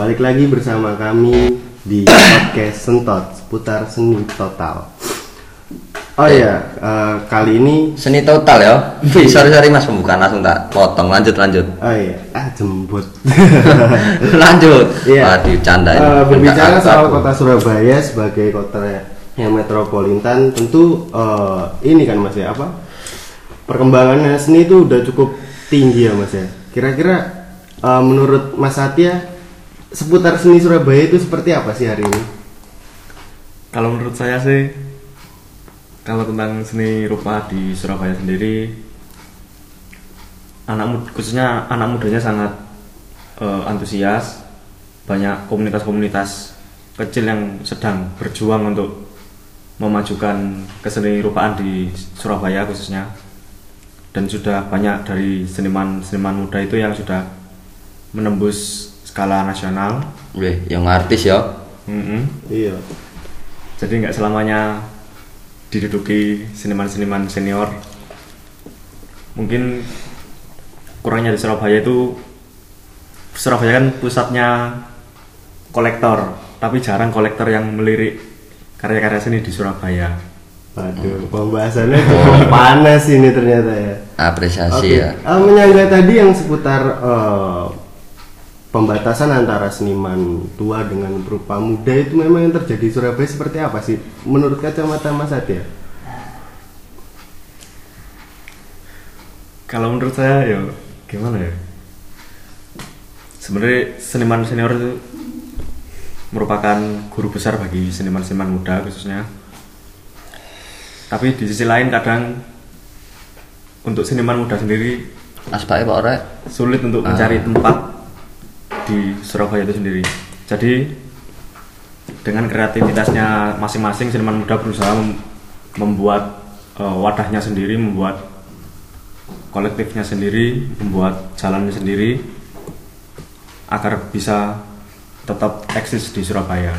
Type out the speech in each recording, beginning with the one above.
balik lagi bersama kami di podcast Sentot seputar seni total. Oh iya, kali ini seni total ya. Sorry mas, bukan langsung tak potong. Lanjut. Oh iya, jembut. Lanjut. Iya. Dicandain. Berbicara soal kota Surabaya sebagai kota yang metropolitan, tentu ini kan mas ya, apa? Perkembangannya seni itu udah cukup tinggi ya mas ya. Kira-kira menurut Mas Satya, seputar seni Surabaya itu seperti apa sih hari ini? Kalau menurut saya sih, kalau tentang seni rupa di Surabaya sendiri, khususnya anak mudanya sangat antusias. Banyak komunitas-komunitas kecil yang sedang berjuang untuk memajukan keseni rupaan di Surabaya khususnya. Dan sudah banyak dari seniman-seniman muda itu yang sudah menembus skala nasional. Wih, yang artis ya. Iya. Jadi nggak selamanya diduduki seniman-seniman senior. Mungkin kurangnya di Surabaya kan pusatnya kolektor, tapi jarang kolektor yang melirik karya-karya seni di Surabaya. Waduh, pembahasannya cukup panas ini ternyata ya. Apresiasi ya. Menyangga tadi yang seputar pembatasan antara seniman tua dengan berupa muda itu memang yang terjadi di Surabaya seperti apa sih menurut kacamata Mas Satya? Kalau menurut saya ya gimana ya? Sebenarnya seniman senior itu merupakan guru besar bagi seniman-seniman muda khususnya. Tapi di sisi lain kadang untuk seniman muda sendiri aspek Pak Orek sulit untuk mencari tempat di Surabaya itu sendiri. Jadi dengan kreativitasnya masing-masing, seniman muda berusaha membuat wadahnya sendiri, membuat kolektifnya sendiri, membuat jalannya sendiri agar bisa tetap eksis di Surabaya.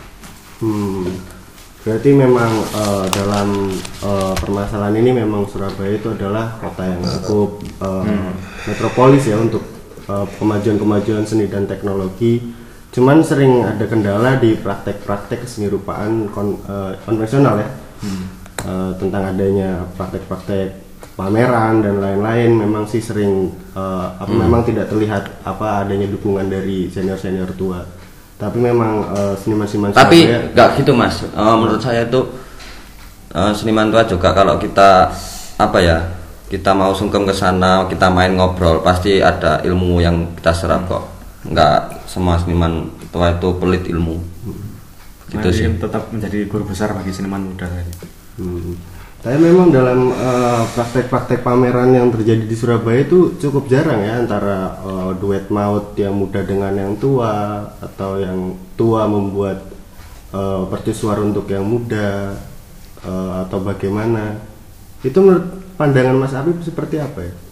Berarti memang dalam permasalahan ini memang Surabaya itu adalah kota yang cukup metropolis ya untuk kemajuan seni dan teknologi. Cuman sering ada kendala di praktek-praktek seni rupaan konvensional ya. Tentang adanya praktek-praktek pameran dan lain-lain memang sih sering memang tidak terlihat adanya dukungan dari senior-senior tua. Tapi memang seniman-seniman tapi Surabaya nggak gitu mas. Menurut saya itu seniman tua juga kalau kita kita mau sungkem ke sana, kita main ngobrol, pasti ada ilmu yang kita serap kok. Nggak semua seniman tua itu pelit ilmu. Gitu sih. Tetap menjadi guru besar bagi seniman muda tadi. Tapi memang dalam praktek-praktek pameran yang terjadi di Surabaya itu cukup jarang ya antara duet maut yang muda dengan yang tua atau yang tua membuat mercusuar untuk yang muda atau bagaimana. Itu menurut pandangan Mas Habib seperti apa ya?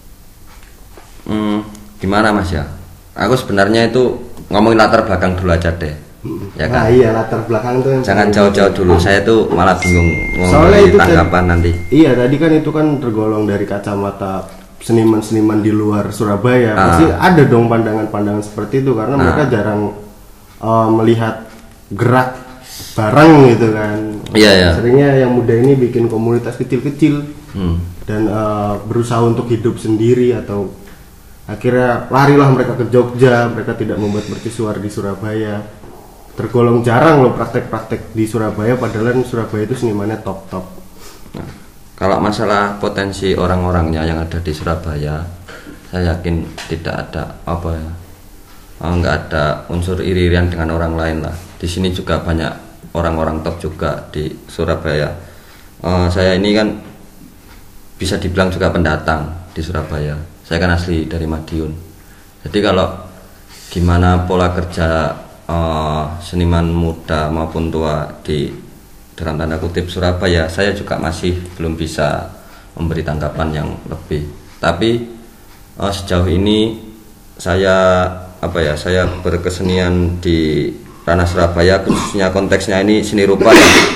Gimana Mas ya? Aku sebenarnya itu ngomongin latar belakang dulu aja deh. Ya kan? Iya, latar belakang tuh jangan jauh-jauh dulu. Saya tuh malah bingung soalnya itu tanggapan nanti. Iya, tadi kan itu kan tergolong dari kacamata seniman-seniman di luar Surabaya. Pasti ada dong pandangan-pandangan seperti itu karena mereka jarang melihat gerak bareng gitu kan. Iya. Seringnya yang muda ini bikin komunitas kecil-kecil dan berusaha untuk hidup sendiri atau akhirnya larilah mereka ke Jogja. Mereka tidak membuat mercusuar di Surabaya. Tergolong jarang loh praktek-praktek di Surabaya, padahal Surabaya itu senimannya top-top. Nah, kalau masalah potensi orang-orangnya yang ada di Surabaya, saya yakin tidak ada nggak ada unsur iri-irian dengan orang lain lah. Di sini juga banyak orang-orang top juga di Surabaya. Saya ini kan bisa dibilang juga pendatang di Surabaya. Saya kan asli dari Madiun. Jadi kalau gimana pola kerja seniman muda maupun tua di dalam tanda kutip Surabaya, saya juga masih belum bisa memberi tanggapan yang lebih. Tapi sejauh ini saya berkesenian di ranah Surabaya, khususnya konteksnya ini seni rupa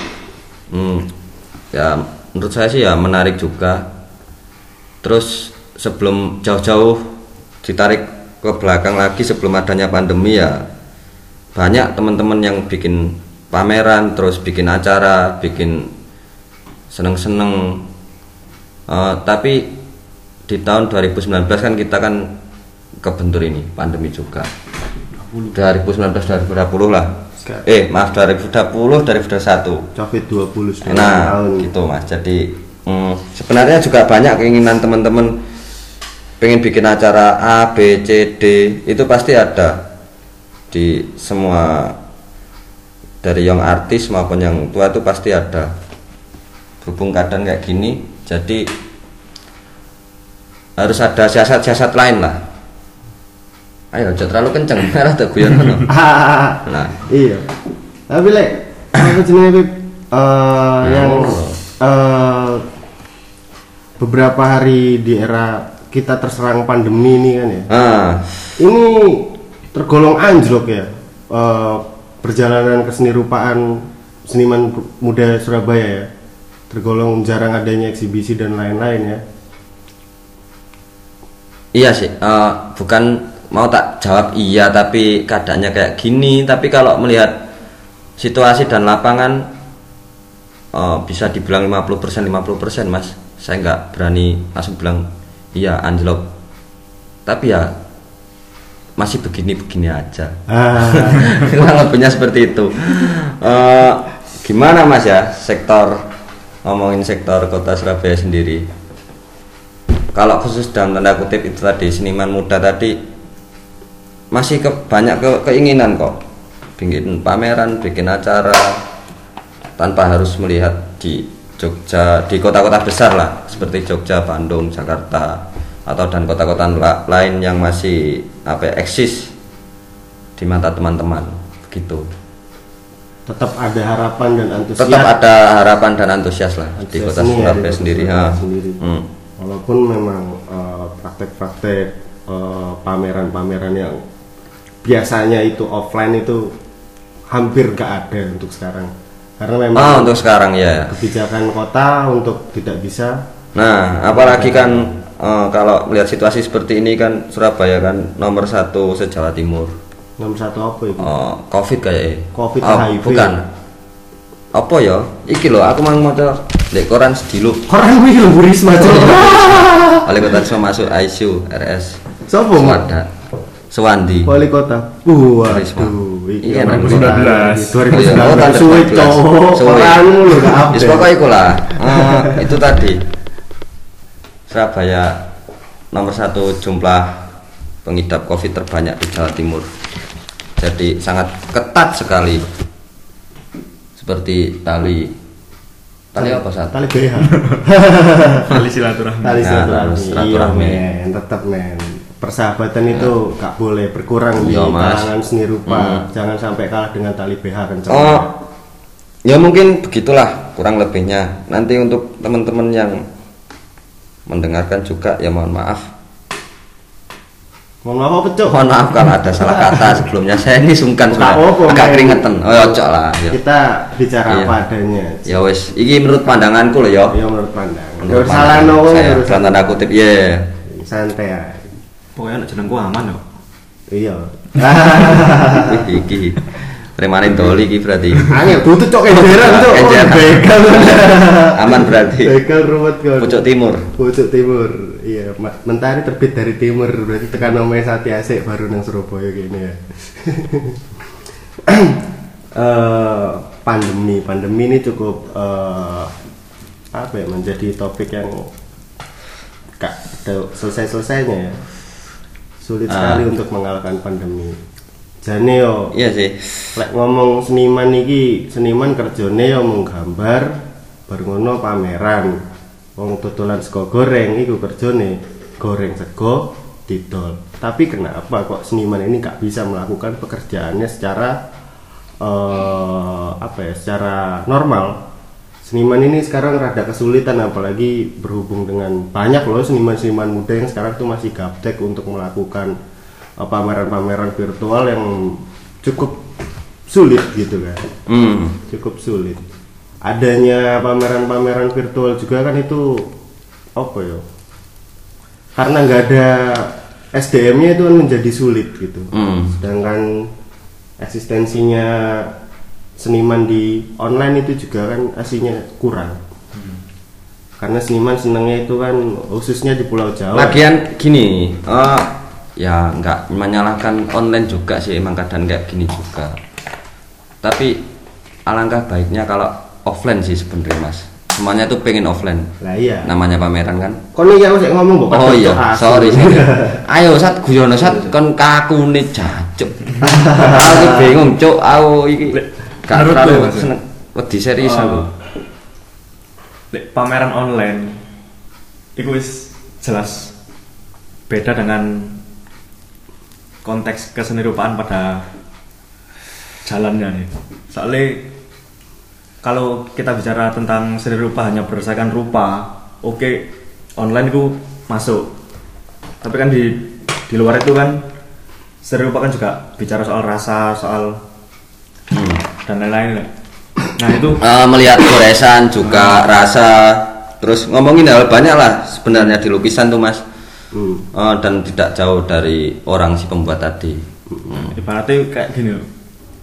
ya menurut saya sih ya menarik juga. Terus sebelum jauh-jauh ditarik ke belakang lagi sebelum adanya pandemi ya banyak teman-teman yang bikin pameran, terus bikin acara, bikin seneng-seneng. Tapi di tahun 2019 kan kita kan kebentur ini pandemi juga. 2019-2020 lah. Maaf 2020 2021. COVID-20 Nah, tahun. gitu Mas. Jadi sebenarnya juga banyak keinginan teman-teman pengen bikin acara A, B, C, D, itu pasti ada di semua, dari yang artis maupun yang tua itu pasti ada. Berhubung keadaan kayak gini, jadi harus ada siasat-siasat lain lah. Ayo, jangan terlalu kenceng, merah tuh guyon ngono. Nah, iya. Tapi apa jenenge yang beberapa hari di era kita terserang pandemi ini kan ya. Ini tergolong anjlok ya. Perjalanan keseni rupaan seniman muda Surabaya ya. Tergolong jarang adanya eksibisi dan lain-lain ya. Iya sih, bukan mau tak jawab iya tapi keadaannya kayak gini, tapi kalau melihat situasi dan lapangan bisa dibilang 50% Mas. Saya nggak berani langsung bilang iya anjlok, tapi ya masih begini-begini aja. Kurang lebihnya seperti itu. Gimana Mas ya, ngomongin sektor kota Surabaya sendiri, kalau khusus dalam tanda kutip itu tadi, seniman muda tadi masih banyak keinginan kok bikin pameran, bikin acara tanpa harus melihat di Jogja, di kota-kota besar lah seperti Jogja, Bandung, Jakarta, atau dan kota-kota lain yang masih eksis di mata teman-teman begitu. Tetap ada harapan dan antusias. Tetap ada harapan dan antusias lah di kota Surabaya sendiri. Walaupun memang praktek-praktek pameran-pameran yang biasanya itu offline itu hampir gak ada untuk sekarang, karena memang untuk sekarang ya kebijakan kota untuk tidak bisa. Nah, apalagi kan kalau melihat situasi seperti ini kan Surabaya kan nomor 1 se-Jawa Timur. Nomor 1 apa itu? Covid kayaknya. Covid HIV. Bukan. Apa ya? Iki loh, aku mau maca lek koran sedilo. Koran kuwi lho Bu Risma. Wali kota Risma masuk ICU RS. Sopo? Sewandi. Wali kota. Waduh, iki iya, 2019. 2019 Suwe cowok. Koranmu lho gak update. Wis pokoke iku lah. Itu tadi. Surabaya nomor 1 jumlah pengidap Covid terbanyak di Jawa Timur. Jadi sangat ketat sekali. Seperti tali apa saat? Tali BH. Tali silaturahmi. Tali silaturahmi. Silaturahmi. Iya, tetap men. Persahabatan itu gak boleh berkurang di kalangan seni rupa. Jangan sampai kalah dengan tali BH kencang. Ya mungkin begitulah kurang lebihnya. Nanti untuk teman-teman yang mendengarkan juga ya mohon maaf. Mohon maaf apa, Cok? Mohon maaf kalau ada salah kata sebelumnya. Saya ini sungkan sudah agak keringetan. Cok lah. Kita bicara apa adanya. Ya wes, iki menurut pandanganku loh ya. Iya menurut pandangan. Menurut salah dalam tanda kutip ya. Santai ya. Pokoknya jenengku aman kok. Iya. Iki premanin doli iki berarti. Angel butuh cok enjeran cok. Begal. Aman berarti. Begal ruwet kan. Pucuk timur. Pucuk timur. Iya, mentari terbit dari timur berarti tekan omahe Sati Asik baru nang Surabaya gini ya. Pandemi ini cukup menjadi topik yang gak selesai-selesainya ya. Sulit sekali untuk mengalahkan pandemi. Jane yo. Iya sih. Lek ngomong seniman iki, seniman kerjane yo menggambar, bar ngono pameran. Wong dodolan sego goreng iku kerjane goreng sego didol. Tapi kenapa kok seniman ini gak bisa melakukan pekerjaannya secara secara normal? Seniman ini sekarang rada kesulitan, apalagi berhubung dengan banyak loh seniman-seniman muda yang sekarang tuh masih gaptek untuk melakukan pameran-pameran virtual yang cukup sulit gitu kan. Cukup sulit. Adanya pameran-pameran virtual juga kan itu karena nggak ada SDM-nya itu kan menjadi sulit gitu. Sedangkan eksistensinya seniman di online itu juga kan aslinya kurang. Karena seniman senangnya itu kan khususnya di Pulau Jawa. Lagian gini, ya nggak menyalahkan online juga sih, emang kadang kayak gini juga. Tapi alangkah baiknya kalau offline sih sebenarnya Mas. Semuanya tuh pengen offline. Lah iya. Namanya pameran kan. Kon iki aku sik ngomong kok. Oh iya, sorry. Ayo Sat guyono Sat kon kakune jancuk. Aku bingung cuk, aku iki gak terlalu seneng wedi serius aku. Pameran online itu wis jelas beda dengan konteks keseni rupaan pada jalannya nih. Soalnya kalau kita bicara tentang seni rupa hanya berdasarkan rupa, oke, online itu masuk. Tapi kan di luar itu kan seni rupa kan juga bicara soal rasa, soal dan lain-lain. Nah itu melihat goresan juga rasa, terus ngomongin hal banyak lah sebenarnya di lukisan tuh Mas. Dan tidak jauh dari orang si pembuat tadi. Ibaratnya kayak gini loh.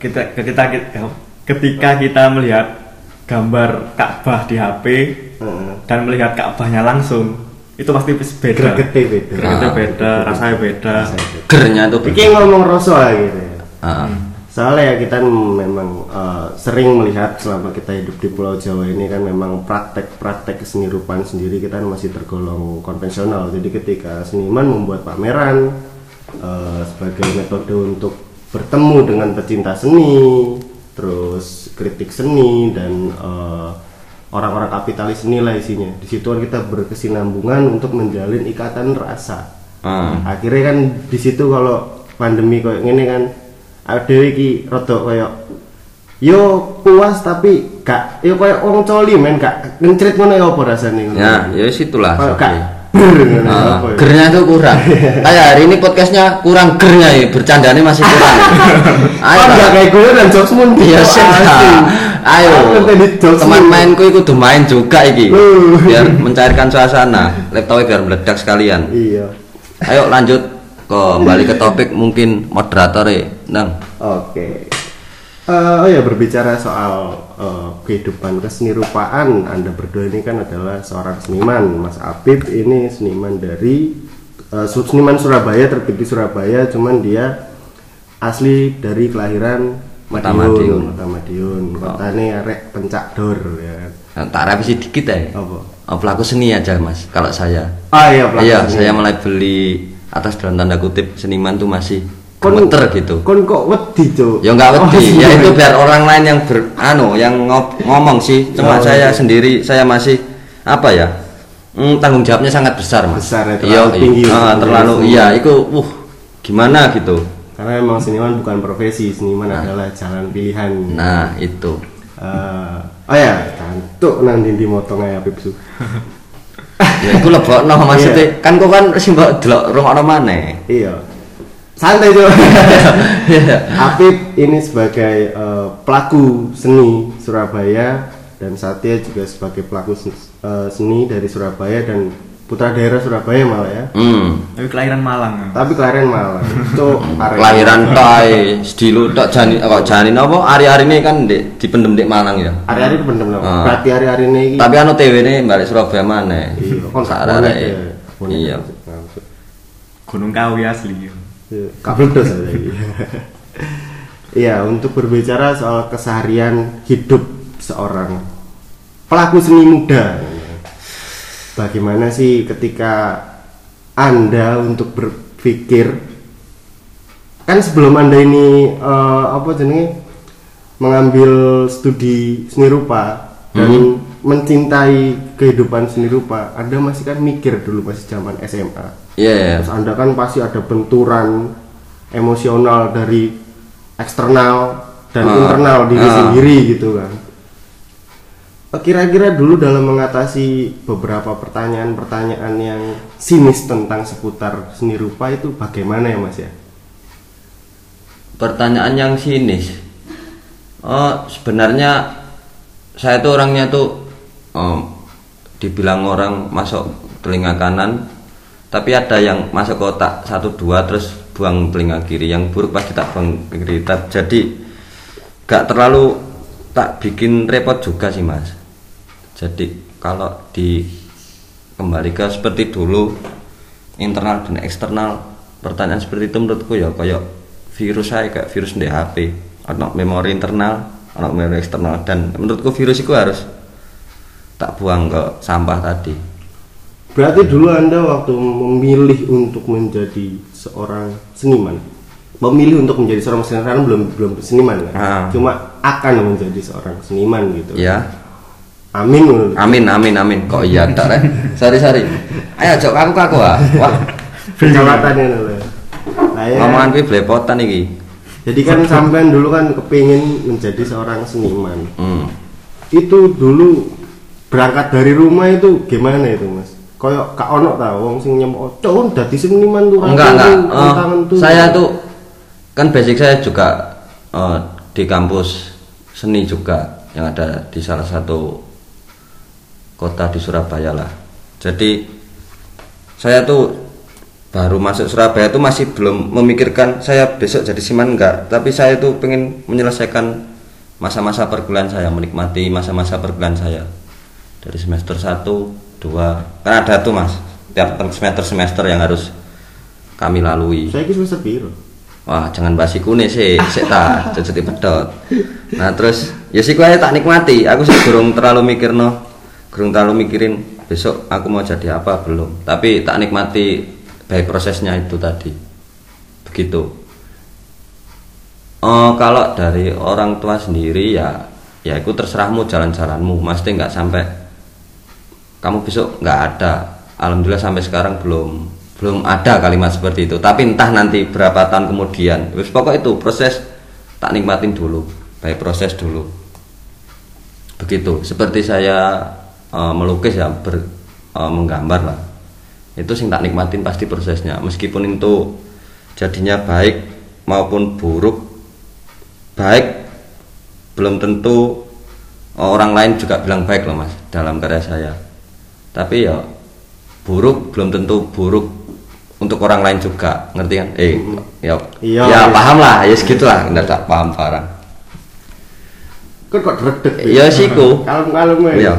Ketika kita melihat gambar Ka'bah di HP dan melihat Ka'bahnya langsung, itu pasti beda. Gregetnya beda, rasanya beda. Gernya tuh beda. Iki ngomong rasa gitu ya. Soalnya ya kita memang sering melihat selama kita hidup di Pulau Jawa ini kan memang praktek seni rupaan sendiri kita masih tergolong konvensional. Jadi ketika seniman membuat pameran sebagai metode untuk bertemu dengan pecinta seni, terus kritik seni dan orang-orang kapitalis seni lah isinya. Di situ kan kita berkesinambungan untuk menjalin ikatan rasa. Akhirnya kan di situ kalau pandemi kayak gini kan dewe iki rada kaya yo puas tapi gak yo kaya wong coli men gak ngencrit ngono ya apa rasane ngono. Ya wis itulah. Gernya itu kurang. Kayak hari ini podcastnya kurang gernya ya, bercandanya masih kurang. Ayo enggak kayak gue dan jokesmu dia sih. Ayo. Teman mainku kudu main juga iki. Biar mencairkan suasana. Laptopnya biar meledak sekalian. Iya. Ayo lanjut. Kembali ke topik mungkin moderatornya, Nang. Oke. Oh ya, berbicara soal kehidupan kesenirupan, Anda berdua ini kan adalah seorang seniman. Mas Apip ini seniman dari seniman Surabaya, terbit di Surabaya, cuman dia asli dari kelahiran Madiun. Kotanya arek Pencak Dor ya. Tak revisi dikit ya. Apa? Pelaku seni aja Mas, kalau saya. Iya, pelaku seni. Iya, saya mulai beli atas dalam tanda kutip seniman tuh masih gemeter gitu. Kon kok wedi, Cuk? Ya enggak wedi, ya itu biar orang lain yang yang ngomong sih. Cuma saya sendiri saya masih apa ya? Tanggung jawabnya sangat besar, Mas. Besar ya, terlalu tinggi. Terlalu iya, itu gimana gitu. Karena memang seniman bukan profesi, seniman adalah jalan pilihan. Nah, itu. Oh ya, cantuk nang ndi motong ae Apip Su. Ya iku lebokno maksudnya kan kok kan sing mbok delok rungokno maneh. Iya. Santai tuh. Apip ini sebagai pelaku seni Surabaya dan Satya juga sebagai pelaku seni dari Surabaya dan putra daerah Surabaya malah ya. Tapi kelahiran Malang. Cuk, kelahiran kae sedilu tok jani apa ari-arine kan dipendem di Malang ya. Ari-ari dipendem nang. Berarti ari-arine iki. Tapi TW-ne balik Surabaya maneh. Iya, kon sarareke. Iya. Gunung Kawi asli. Kabeldos aja iki. Iya, untuk berbicara soal keseharian hidup seorang pelaku seni muda. Bagaimana sih ketika Anda untuk berpikir kan sebelum Anda ini mengambil studi seni rupa dan mencintai kehidupan seni rupa, Anda masih kan mikir dulu masih zaman SMA. Iya. Terus Anda kan pasti ada benturan emosional dari eksternal dan internal diri sendiri gitu kan. Kira-kira dulu dalam mengatasi beberapa pertanyaan-pertanyaan yang sinis tentang seputar seni rupa itu bagaimana ya Mas ya? Pertanyaan yang sinis. Sebenarnya saya tuh orangnya tuh dibilang orang masuk telinga kanan, tapi ada yang masuk ke otak 1-2 terus buang telinga kiri, yang buruk pasti tak buang ke kiri. Jadi gak terlalu tak bikin repot juga sih mas. Jadi kalau kembali ke seperti dulu, internal dan eksternal, pertanyaan seperti itu menurutku ya kayak virus saya, kayak virus di HP, ada memori internal, ada memori eksternal, dan menurutku virus itu harus tak buang ke sampah tadi. Berarti dulu Anda waktu memilih untuk menjadi seorang seniman, memilih untuk menjadi seorang seniman, karena belum seniman kan? Cuma akan menjadi seorang seniman gitu. Ya. Amin menurut. Amin. Kok iya tak rek? Sari. Ayo jok aku ah. Wah. Kecoklatan ini loh. Ngomongan kuwi blepotan iki. Jadi kan sampean dulu kan kepingin menjadi seorang seniman. Itu dulu berangkat dari rumah itu gimana itu mas? Kayak gak ono ta wong sing nyemok cowok dadi seniman tuh. Enggak. Saya tuh kan basic saya juga di kampus seni juga yang ada di salah satu kota di Surabaya lah. Jadi saya tuh baru masuk Surabaya tuh masih belum memikirkan saya besok jadi seniman enggak, tapi saya tuh pengen menyelesaikan masa-masa perkuliahan saya, menikmati masa-masa perkuliahan saya dari semester 1 2, kan ada tuh mas tiap semester yang harus kami lalui. Saya kira semester biru. Wah jangan basi kune sih tak jadi pedot. Nah terus ya sih gue tak nikmati, aku sih kurang terlalu mikirin besok aku mau jadi apa, belum, tapi tak nikmati baik prosesnya itu tadi begitu. Kalau dari orang tua sendiri ya itu terserahmu, jalan-jalanmu, mesti nggak sampai kamu besok nggak ada. Alhamdulillah sampai sekarang belum ada kalimat seperti itu, tapi entah nanti berapa tahun kemudian. Pokok itu proses tak nikmatin dulu, baik proses dulu begitu. Seperti saya melukis ya, menggambar lah, itu sing tak nikmatin pasti prosesnya, meskipun itu jadinya baik maupun buruk. Baik belum tentu orang lain juga bilang baik loh mas dalam karya saya, tapi ya buruk belum tentu buruk untuk orang lain juga, ngerti kan? Ya paham lah, ya segitulah, nggak tak paham barang. Kok redek ya siku kalem ya.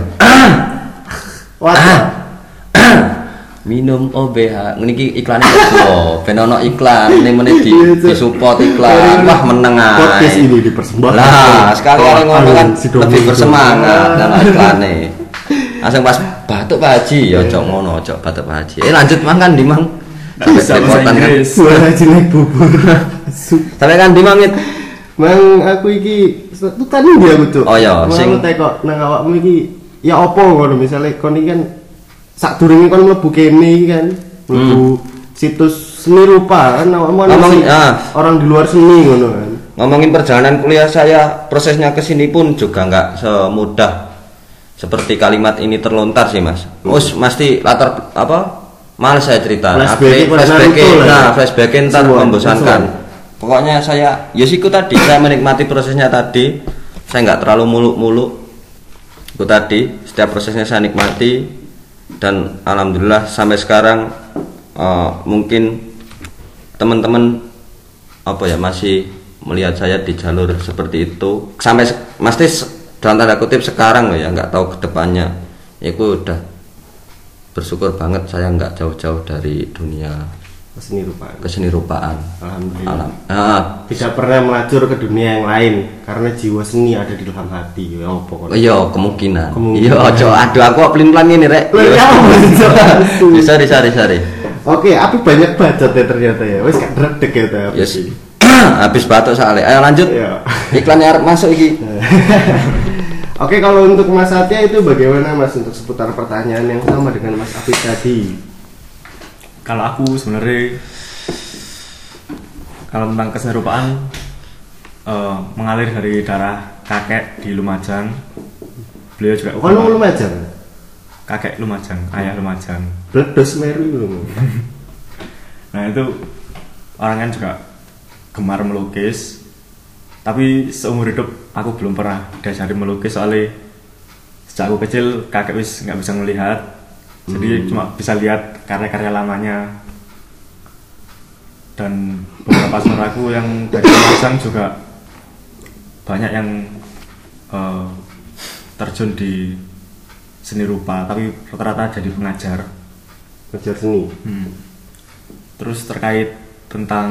Minum OBH niki iklannya kok ben ono iklan ning meneh di support iklan. Wah meneng ae. Podcast ini dipersembahkan. Lah, sekali orang ngomong kan lebih bersemangat dalam iklane. Langsung pas batuk Pak Haji, ya ojo ngono, ojo batuk Pak Haji. Lanjut mangan di mang. Bisa bahasa Inggris. Haji naik bubur. Sampai kan di mangit. Mang aku iki tadi dia aku, Cuk. Oh ya, sing tekok nang awakmu iki ya apa ngono misale kon iki kan sadurunge kon mlebu kene iki kan, mlebu situs seni rupa kan awakmu orang di luar seni ngono kan. Ngomongin perjalanan kuliah saya, prosesnya ke sini pun juga nggak semudah seperti kalimat ini terlontar sih mas. Mesti latar apa? Males saya cerita. Flashback ntar membosankan. Pokoknya saya yosiku tadi saya menikmati prosesnya tadi. Saya nggak terlalu muluk-muluk. Itu tadi setiap prosesnya saya nikmati, dan alhamdulillah sampai sekarang mungkin teman-teman masih melihat saya di jalur seperti itu sampai mesti dalam tanda kutip sekarang loh ya, nggak tahu kedepannya. Ya aku udah bersyukur banget saya nggak jauh-jauh dari dunia keseni rupaan. Alhamdulillah. Tidak pernah melacur ke dunia yang lain karena jiwa seni ada di dalam hati. Iya kemungkinan. Iya aduh aku pelin-pelan ini rek. Sorry. Oke, aku banyak bacot ya ternyata ya. Wes gak redek ya ta. Yes. Habis batuk soalnya. Ayo lanjut. Iklannya masuk iki. Oke, kalau untuk Mas Satya itu bagaimana Mas untuk seputar pertanyaan yang sama dengan Mas Afid tadi? Kalau aku sebenarnya kalau tentang keserupaan mengalir dari darah kakek di Lumajang. Beliau juga Lumajang. Kakek Lumajang, ayah Lumajang. Bledos Meru belum. Nah itu orangnya juga gemar melukis. Tapi seumur hidup aku belum pernah diajari melukis, soalnya sejak aku kecil kakek wis nggak bisa melihat. Jadi cuma bisa lihat karya-karya lamanya. dan beberapa saudaraku yang dari Lumajang juga banyak yang terjun di seni rupa, tapi rata-rata jadi pengajar seni. Terus terkait tentang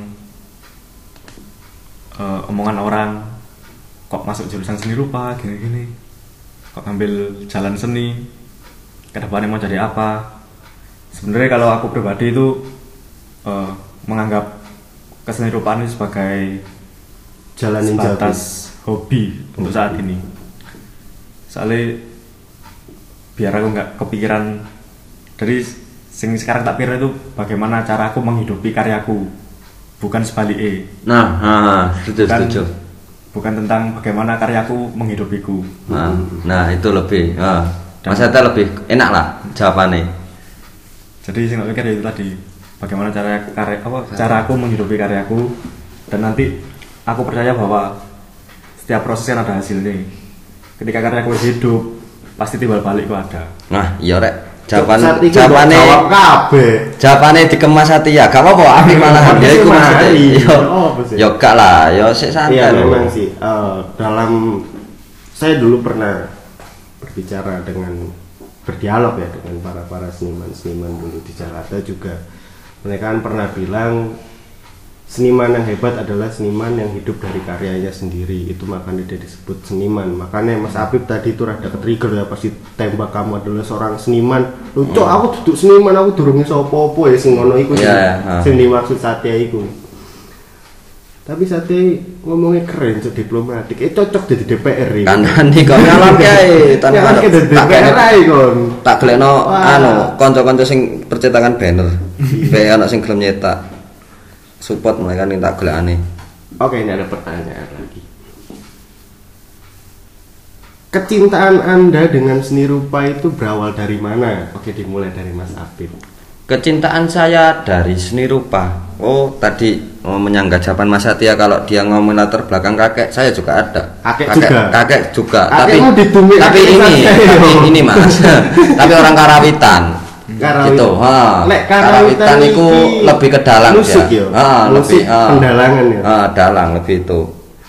omongan orang kok masuk jurusan seni rupa gini-gini, kok ngambil jalan seni, kedepannya mau jadi apa. Sebenarnya kalau aku pribadi itu menganggap keseni rupaan ini sebagai Jalan ninja. sebatas hobi untuk saat ini. Soalnya biar aku nggak kepikiran dari sing sekarang tak pikir itu bagaimana cara aku menghidupi karyaku, bukan sebaliknya. Setuju. Bukan tentang bagaimana karyaku menghidupiku. Nah itu lebih Mas Eta lebih enak lah jawabannya. Jadi saya nggak pikir itu tadi bagaimana cara aku menghidupi karyaku, dan nanti aku percaya bahwa setiap proses kan ada hasilnya. Ketika karyaku hidup pasti timbal balik ku ada. Nah iya rek, Jawabannya jawabannya dikemas hati ya, gak apa-apa apik malahan ya iku maksudnya. Yo gak lah, yo sik santai. Iya memang sih. Dalam saya dulu pernah berbicara berdialog ya dengan para seniman dulu di Jakarta juga. Mereka kan pernah bilang seniman yang hebat adalah seniman yang hidup dari karyanya sendiri. Itu makanya dia disebut seniman. Makanya Mas Apip tadi itu rada ke-trigger ya, pasti tembak kamu adalah seorang seniman. Lucu, aku duduk seniman, aku durung iso apa-apa ya sing ngono iku sing dimaksud Satya iku. Tapi Satya ngomongnya keren, cok diplomatik. Cocok jadi DPR iki. Kandhani kok nyalon kae, Nyalon ke DPR ae kon. Tak gelekno kanca-kanca sing percetakan banner. Bae ana sing gelem nyetak. Support mereka nih tak gelekane. Oke, ini ada pertanyaan lagi. Kecintaan Anda dengan seni rupa itu berawal dari mana? Oke, dimulai dari Mas Apip. Kecintaan saya dari seni rupa. Oh, tadi menyangga jawaban Mas Satya kalau dia ngomong latar belakang kakek, saya juga ada. Kakek juga. Tapi ini Mas. Tapi orang Karawitan. Gitu. Karawitan itu lebih ke dalang musik ya. Musik pendalangan ya. Dalang lebih itu.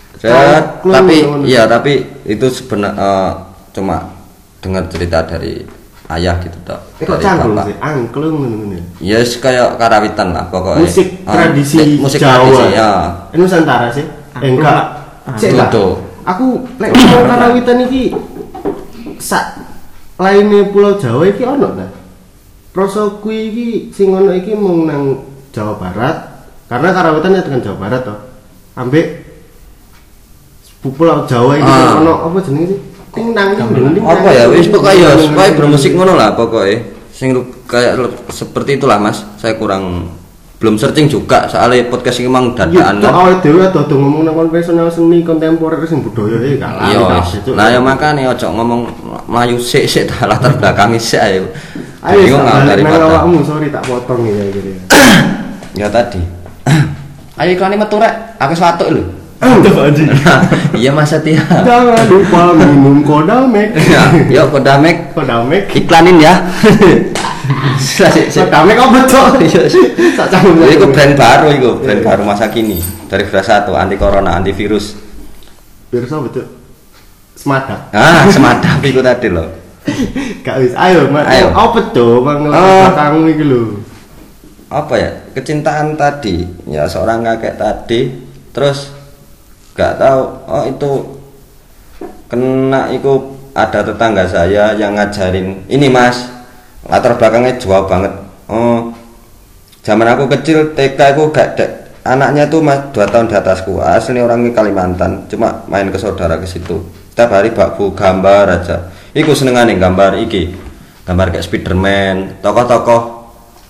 Tapi itu sebenarnya cuma dengar cerita dari ayah gitu toh. Kok canggung sih, angklung ngono. Ya kayak Karawitan lah pokoknya. Musik tradisi musik Jawa. Tradisi, ya. Nusantara sih. Enggak. Aku lek Karawitan iki sak lainnya Pulau Jawa iki ono ta? Rasa kui iki sing ono iki mung nang Jawa Barat, karena Karawitan ya dengan Jawa Barat toh. Ambek Pulau Jawa iki ono apa jenenge sih? Ting nang ding. Apa ya wis pokoke ya supaya bermusik ngono lah pokoke. Sing kayak seperti itulah Mas. Saya belum searching juga soalnya podcast ini emang dadaan kan. Awake dhewe ado ngomong nang konvensional seni kontemporer sing budaya iki kalah. Iya. Lah ya makane ojo ngomong mlayu sik ta latar belakang sik ayo. Ayo daripada awakmu, sorry tak potong ya gitu ya. Ya tadi. Ayo iklane metu rek, aku swatuk lho. Iya Mas Satya. Jangan lupa minum Kodamek. Yuk Kodamek. Iklanin ya. Kodamek apa cok? Tak canggung. Itu brand baru masa kini dari Grasa 1 anti corona, antivirus. Virus apa cok? Semadap. Semadap itu tadi loh. Gak wis, ayo apa cok? Belakangmu iki lho. Apa ya? Kecintaan tadi, ya seorang kakek tadi, terus gak tahu itu kena itu ada tetangga saya yang ngajarin ini Mas, latar belakangnya jauh banget. Zaman aku kecil TK aku gak anaknya tuh Mas 2 tahun di atasku, asli orang Kalimantan, cuma main ke saudara ke situ setiap hari bakku gambar aja. Iku senengane gambar kayak Spiderman, tokoh-tokoh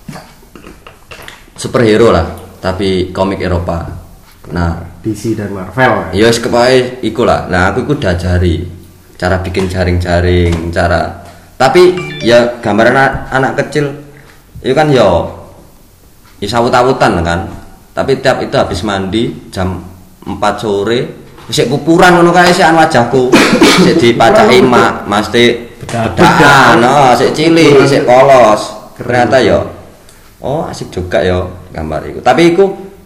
superhero lah, tapi komik Eropa. Nah, DC dan Marvel. Ya wis kepae iku lah. Nah, aku iku diajari cara bikin jaring-jaring, tapi ya gambaran anak kecil itu kan ya sawut-awutan kan. Tapi tiap itu habis mandi jam 4 sore sik pupuran ngono kae sik wajahku. Sik dipacaki mesti bedakan, sik cilik, sik polos. Ternyata ya asik juga ya gambar iku. Tapi iku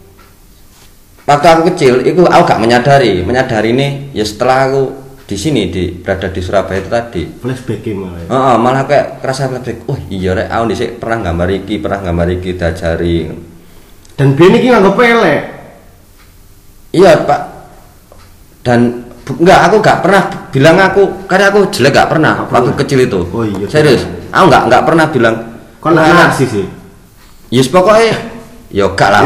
waktu aku kecil itu aku gak menyadari ini ya setelah aku di sini berada di Surabaya itu tadi flashback malah ya. Malah kayak kerasa flashback. Oh iya rek aku dhisik pernah gambar iki diajari. Dan biyen iki nganggep elek. Iya, Pak. Dan aku gak pernah bilang karena aku jelek gak pernah waktu kecil itu. Oh iya. Serius. Aku gak pernah bilang kon narsis sih. Yes pokoknya ya gak lah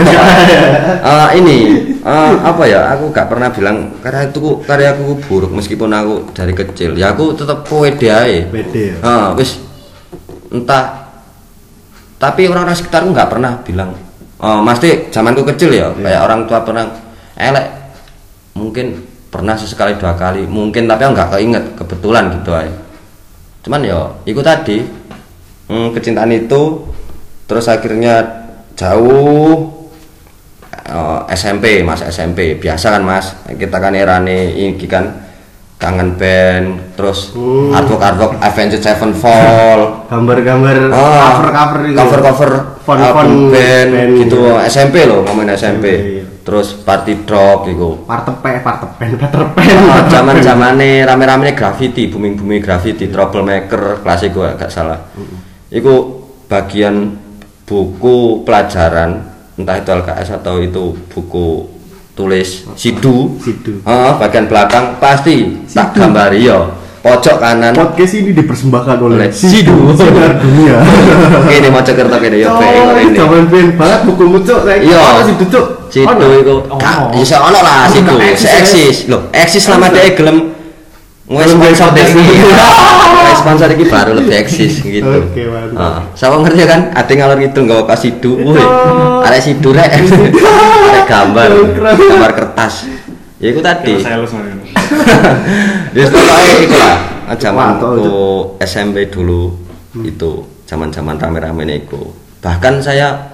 apa ya aku gak pernah bilang karyaku buruk meskipun aku dari kecil ya aku tetap pede aja wis entah tapi orang-orang sekitarku gak pernah bilang mesti zamanku kecil ya kayak orang tua pernah elek mungkin pernah sesekali 2 kali mungkin tapi aku gak keinget kebetulan gitu aja cuman ya itu tadi kecintaan itu terus akhirnya jauh SMP masa SMP biasa kan Mas kita kan erane ini kan kangen band terus artwork Avenged Sevenfold gambar-gambar cover album band gitu SMP loh ngomongin SMP terus party drop gitu partepen zaman-zamane rame-rame graffiti booming graffiti troublemaker klasik gua gak salah itu bagian buku pelajaran entah itu LKS atau itu buku tulis sidu bagian belakang pasti tak gambari ya pojok kanan podcast ini dipersembahkan oleh sidu sinar dunia ini mau cekerta kene ya ini zaman ben banget buku mucuk iya sidu cuk sidu iku iso ono lah sidu eksis lho eksis selama dia gelem sponsor sponsor ini baru lebih eksis gitu. Oke, mantap. Sama ngerti kan? Ada ngalor ngidul nggak kasih sidu, ada sidu rek, ada gambar kertas. Ya itu tadi. Ya pokoknya itu lah. Zamanku SMP dulu itu zaman rame-rame itu. Bahkan saya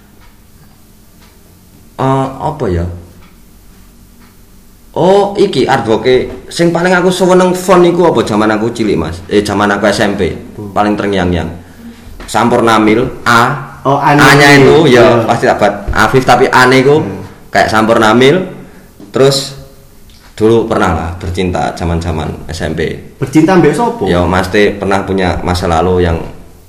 apa ya? Oh, iki artwork sing paling aku seneng font iku apa zaman aku cilik Mas. Zaman aku SMP. Paling terngiang-ngiang. Sampurna Mil A. Oh, A-nya itu ya pasti dapat Afif tapi A-nya itu kayak Sampurna Mil. Terus dulu pernah lah bercinta zaman-zaman SMP. Bercinta mbek sopo? Ya, mesti pernah punya masa lalu yang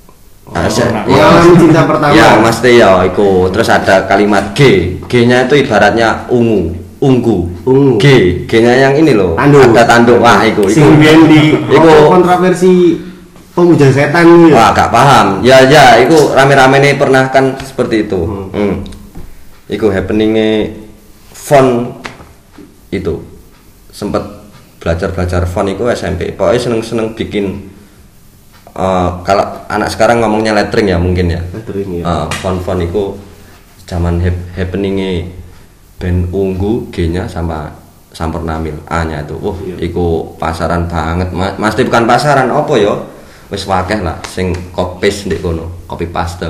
cinta pertama. Ya, mesti ya iku. Terus ada kalimat G. G-nya itu ibaratnya ungu G-nya yang ini loh ada tanduk wah iku sing biyen di kontroversi pemuja setan wah gak paham ya iku rame-rame nih pernah kan seperti itu iku happeningnya font itu sempet belajar font iku SMP pokoknya seneng bikin kalau anak sekarang ngomongnya lettering ya mungkin ya lettering ya font iku zaman happeningnya band ungu G-nya sama Sampurna Mil A-nya itu. Iku pasaran banget. Mesti bukan pasaran apa ya? Wis wakeh lah sing copy ndek kono, copy paste.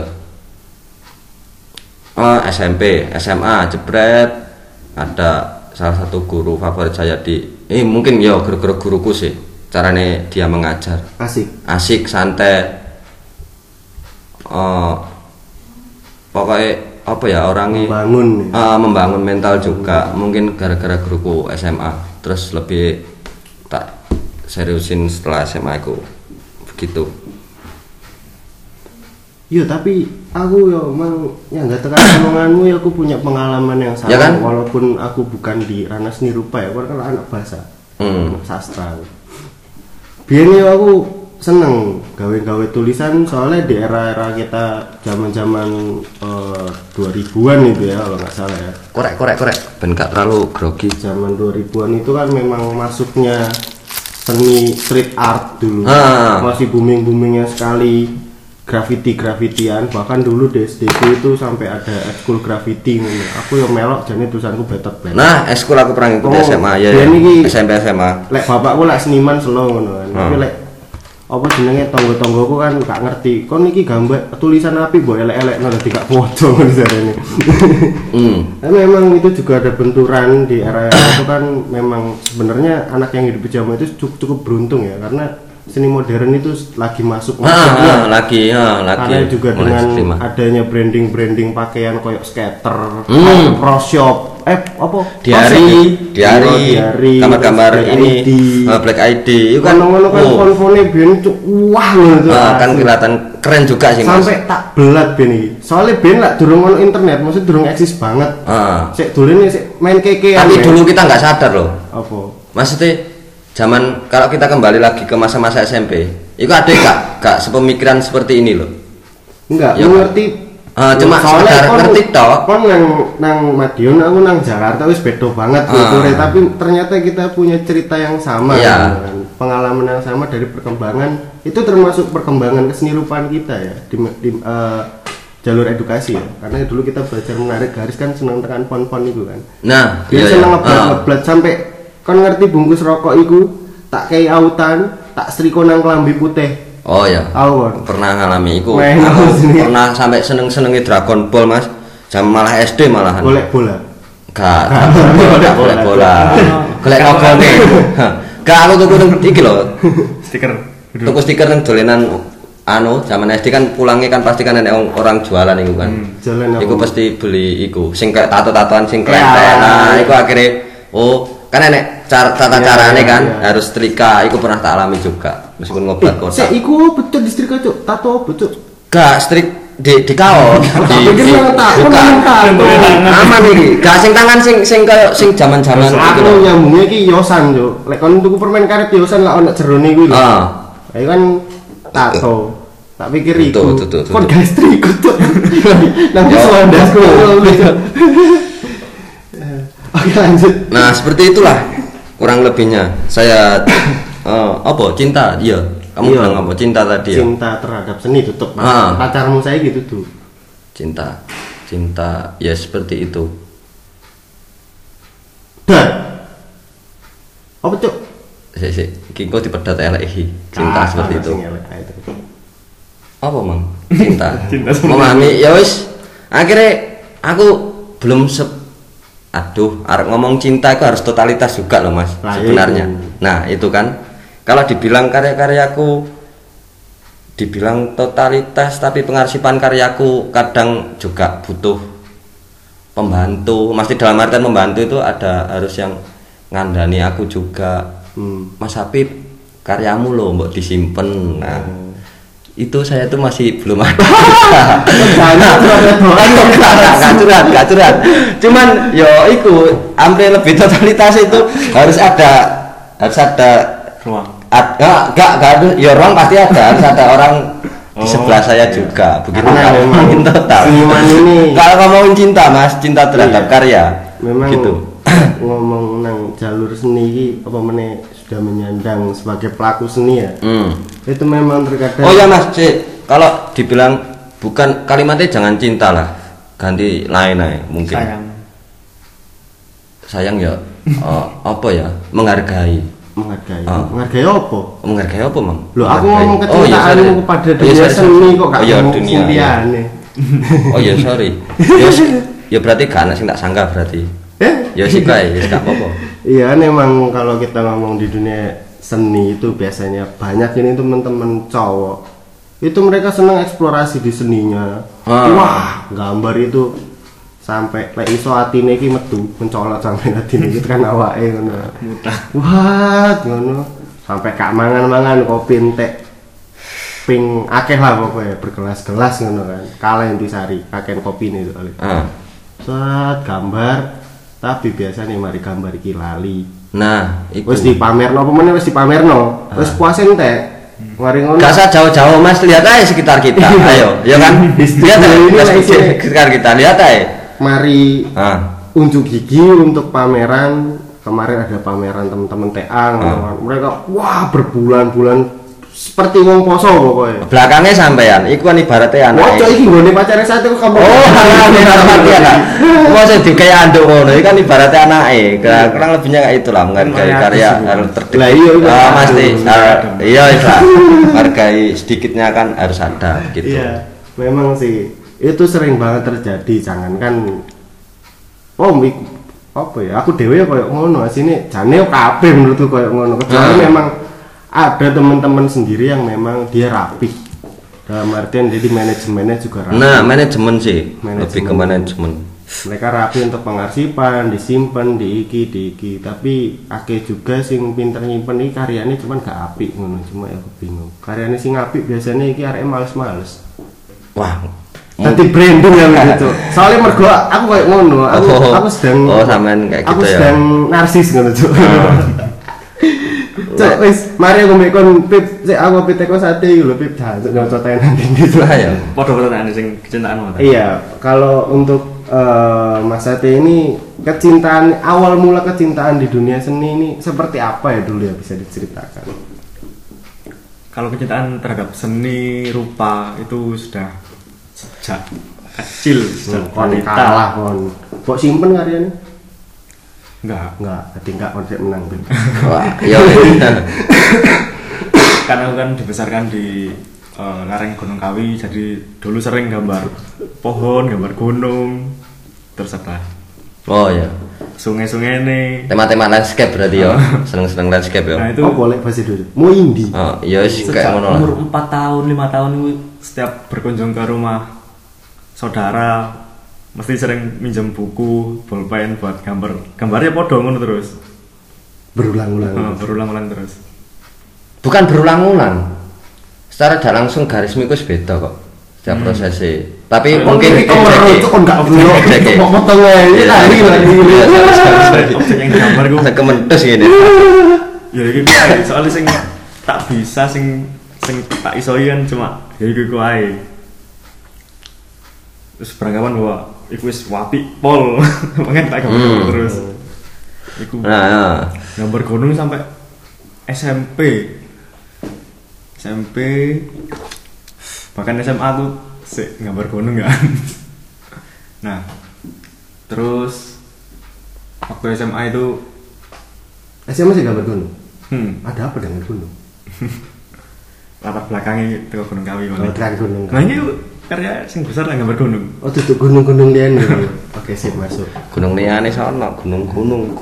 SMP, SMA jebret ada salah satu guru favorit saya mungkin ya guruku sih. Carane dia mengajar. Asik, santai. Pokoknya apa ya orangnya membangun mental juga mungkin gara-gara guruku SMA terus lebih tak seriusin setelah SMA aku begitu. Iya tapi aku ya emang ya nggak tekan omonganmu ya aku punya pengalaman yang sama ya kan? Walaupun aku bukan di ranah seni rupa ya aku kan anak bahasa anak sastra. Biasanya aku seneng gawe tulisan soalnya di era kita zaman 2000-an itu ya kalau nggak salah ya korek ben gak terlalu grogi zaman 2000-an itu kan memang masuknya seni street art dulu masih boomingnya sekali graffitian bahkan dulu di SD itu sampai ada ekskul graffiti aku yang melok jadi tulisanku betot nah ekskul aku pernah ikut SMA ya SMP SMA lek bapakku lek seniman selo ngono kan tapi lek apa jenenge tonggo-tonggoku kan gak ngerti kon iki gambar tulisan api mbok elek-elek ngono gak podo ngono jarene. Memang itu juga ada benturan di era itu kan memang sebenarnya anak yang hidup di zaman itu cukup beruntung ya karena seni modern itu lagi masuk lagi karena juga dengan adanya branding pakaian kayak skater, pro shop, diary, gambar-gambar ini Black ID itu kan konvone ben wah ngono kan kelihatan keren juga sih Mas. Sampai tak belat ben iki. Soale ben lak durung ono internet, maksud durung eksis banget. Sik dolene sik main kekean. Tapi dulu kita nggak sadar loh. Apa? Maksudnya zaman kalau kita kembali lagi ke masa-masa SMP, itu ada gak sepemikiran seperti ini loh? Enggak, mengerti. Cuma sekedar ngerti toh. Kon nang Madiun, aku nang Jakarta wis beda banget kulture, tapi ternyata kita punya cerita yang sama, kan? Pengalaman yang sama dari perkembangan. Itu termasuk perkembangan kesenirupan kita ya di jalur edukasi ya. Karena dulu kita belajar menarik garis kan seneng tekan pon-pon itu kan. Nah, dia seneng ngeblat sampai kon ngerti bungkus rokok iku tak kei autan, tak setrika nang klambi putih. Oh ya. Pernah ngalami iku. Pernah sampai seneng-senenge Dragon Ball, Mas. Jam malah SD malahan. Golek bola. Gak golek bola. Golek nogone. Gak aku tuku iki lho. Stiker. Tuku stiker nang dolenan zaman SD kan pulangnya kan pasti kan ada orang jualan iku kan. Iku pasti beli iku sing kayak tato-tatoan sing kelenten. Nah, iku akhirnya kan enek tata carane kan harus setrika. Iku pernah tak alami juga meskipun ngobat kotak. Iku betul di setrika cuk, tato betul. Gak strik di kaos. Aman iki. Gak sing tangan sing kayak sing jaman-jaman iku. Aku nyambungnya iki yosan cuk. Lek kon tuku permen karet yosan lak ono jerone iku lho. Iku kan tato. Tak pikir iku. Kon gak setrika cuk. Nanti suandasku. Oke lanjut. Nah seperti itulah kurang lebihnya. Saya cinta, iya. Kamu bilang apa? Cinta tadi ya? Cinta terhadap seni tutup. Pacarmu saya gitu tuh. Cinta ya seperti itu. Dan apa cuk? Kiko dipedot elek iki. Cinta seperti itu. Apa mang? Cinta. Memahami ya wis. Akhirnya aku belum arep ngomong cinta itu harus totalitas juga loh Mas sebenarnya. Nah itu kan kalau dibilang karya-karyaku dibilang totalitas tapi pengarsipan karyaku kadang juga butuh pembantu. Masih dalam artian membantu itu harus yang ngandani aku juga. Mas Habib karyamu loh mbok disimpen. Nah itu saya tuh masih belum ada. Gak curhat. Cuman yo iku hampir lebih totalitas itu harus ada ruang. Gak ada. Ya ruang pasti ada. Harus ada orang di sebelah saya juga. Begitu kalau ngomongin total. Kalau ngomongin cinta Mas, cinta terhadap karya. Memang gitu. Ngomong nang jalur seni iki apa meneh sudah menyandang sebagai pelaku seni ya. Itu memang terkadang. Oh ya Mas, kalau dibilang bukan kalimatnya jangan cinta lah, ganti lain aja mungkin. Sayang ya. Apa ya? Menghargai apa? Menghargai apa, Mang? Loh, aku ngomong kecintaanmu kepada dunia seni kok gak ngomong sintiane. Oh ya, sorry. Ya berarti gak ana sing tak sangka berarti. Ya sih kae, ya gak apa-apa. Iya, memang kalau kita ngomong di dunia seni itu biasanya banyak ini teman-teman cowok. Itu mereka senang eksplorasi di seninya. Wah, gambar itu sampai lek iso atine iki metu mencolot sampai atine iki kan awake ngono. Wah, ngono. Sampai gak mangan-mangan kopi entek ping akeh lah pokoknya bergelas-gelas ngono kan. Kalah intisari, akeh kopine itu oleh. Set gambar tapi biasanya mari gambar iki lali. Nah, iku wis dipamerno apa meneh wis dipamerno. Wis puas entek. Mari ngono. Gak usah jauh-jauh Mas, lihat aja sekitar kita. Ayo, ya kan? Lihat aja sekitar kita, lihat aja. Mari unjuk gigi untuk pameran. Kemarin ada pameran teman-teman Teang. Mereka wah berbulan-bulan seperti wong poso pokoknya. Belakangnya sampean, iku kan ibaratnya anak. Wah, iki nggone pacare sate kok kamu. Oh, mati ya. Mosok dikaya anduk ngono, iki kan ibaratnya anake. Kurang lebihnya kayak itulah menghargai karya harus terdekat. Lah iya, pasti. Iya, hargai sedikitnya kan harus ada gitu. Iya, memang sih. Itu sering banget terjadi, jangankan apa ya? Aku dhewe koyo ngono, asine jane kabeh menurutku koyo ngono. Kecuali memang ada teman-teman sendiri yang memang dia rapih. Dalam artian jadi manajemennya juga rapi. Nah, manajemen sih, Manajemen. lebih ke manajemen. Mereka rapi untuk pengarsipan, disimpan, diiki. Tapi akeh juga sing pinter nyimpen iki karyane cuman gak apik ngono, cuma ya aku bingung. Karyane sing apik biasanya iki arek males-males. Wah, Nanti branding ya gitu. Soalnya mergo aku kayak ngono, aku sedang sampean kayak aku gitu ya. sedang narsis ngono, Cuk. Cuk, wis mari aku mbek kon Pip, sik aku pit teko sate iki lho Pip, jancuk nyocot nanti gitu. Lah ya. Padha-padha nek sing kecintaan mata. Iya, kalau untuk Mas Sate ini kecintaan awal mula kecintaan di dunia seni ini seperti apa ya dulu ya bisa diceritakan? Kalau kecintaan terhadap seni rupa itu sudah sejak kecil, sejak Kon balita. kalah kon. Kok simpen karyanya? Enggak. Berarti enggak konsep menang. Pip. Wah, iya. Karena aku kan dibesarkan di lereng Gunung Kawi, jadi dulu sering gambar pohon, gambar gunung, terus ada Oh ya. sungai-sungai nih. Tema-tema landscape berarti ya. Seneng-seneng landscape ya. Nah itu Oh boleh pasti dulu. Mau indie. Oh, iya sih sejak kayak ngono lah. umur 4 tahun, 5 tahun itu setiap berkunjung ke rumah saudara mesti sering minjem buku, bolpen buat gambar. Gambarnya podo ngono terus. Berulang-ulang. Berulang-ulang terus. Bukan berulang-ulang. Secara tidak langsung garis mikus beda kok. Setiap prosesnya. Tapi mungkin kok menurut kok enggak dulu. Kok potong aja lagi. Objek yang digambar gue Ada kementus gini. ya iki kuwi soalnya sing tak bisa sing tak isoian cuma ya iki kuwi. Terus beranggapan bahwa iku wis wapi pol. Pengen tak gambar terus. Iku Nah, gambar gunung sampai SMP bahkan SMA tuh sih gambar gunung kan. Nah terus waktu SMA itu SMA masih gambar gunung. hmm, Ada apa dengan gunung? latar belakangnya ke Gunung Kawi Oh, banget. terang gunung. Nah ini karya sing besar lah gambar gunung. Oh, tutup gunung-gunung lian dulu. Oke, sip masuk. gunung liyane sono, gunung-gunung.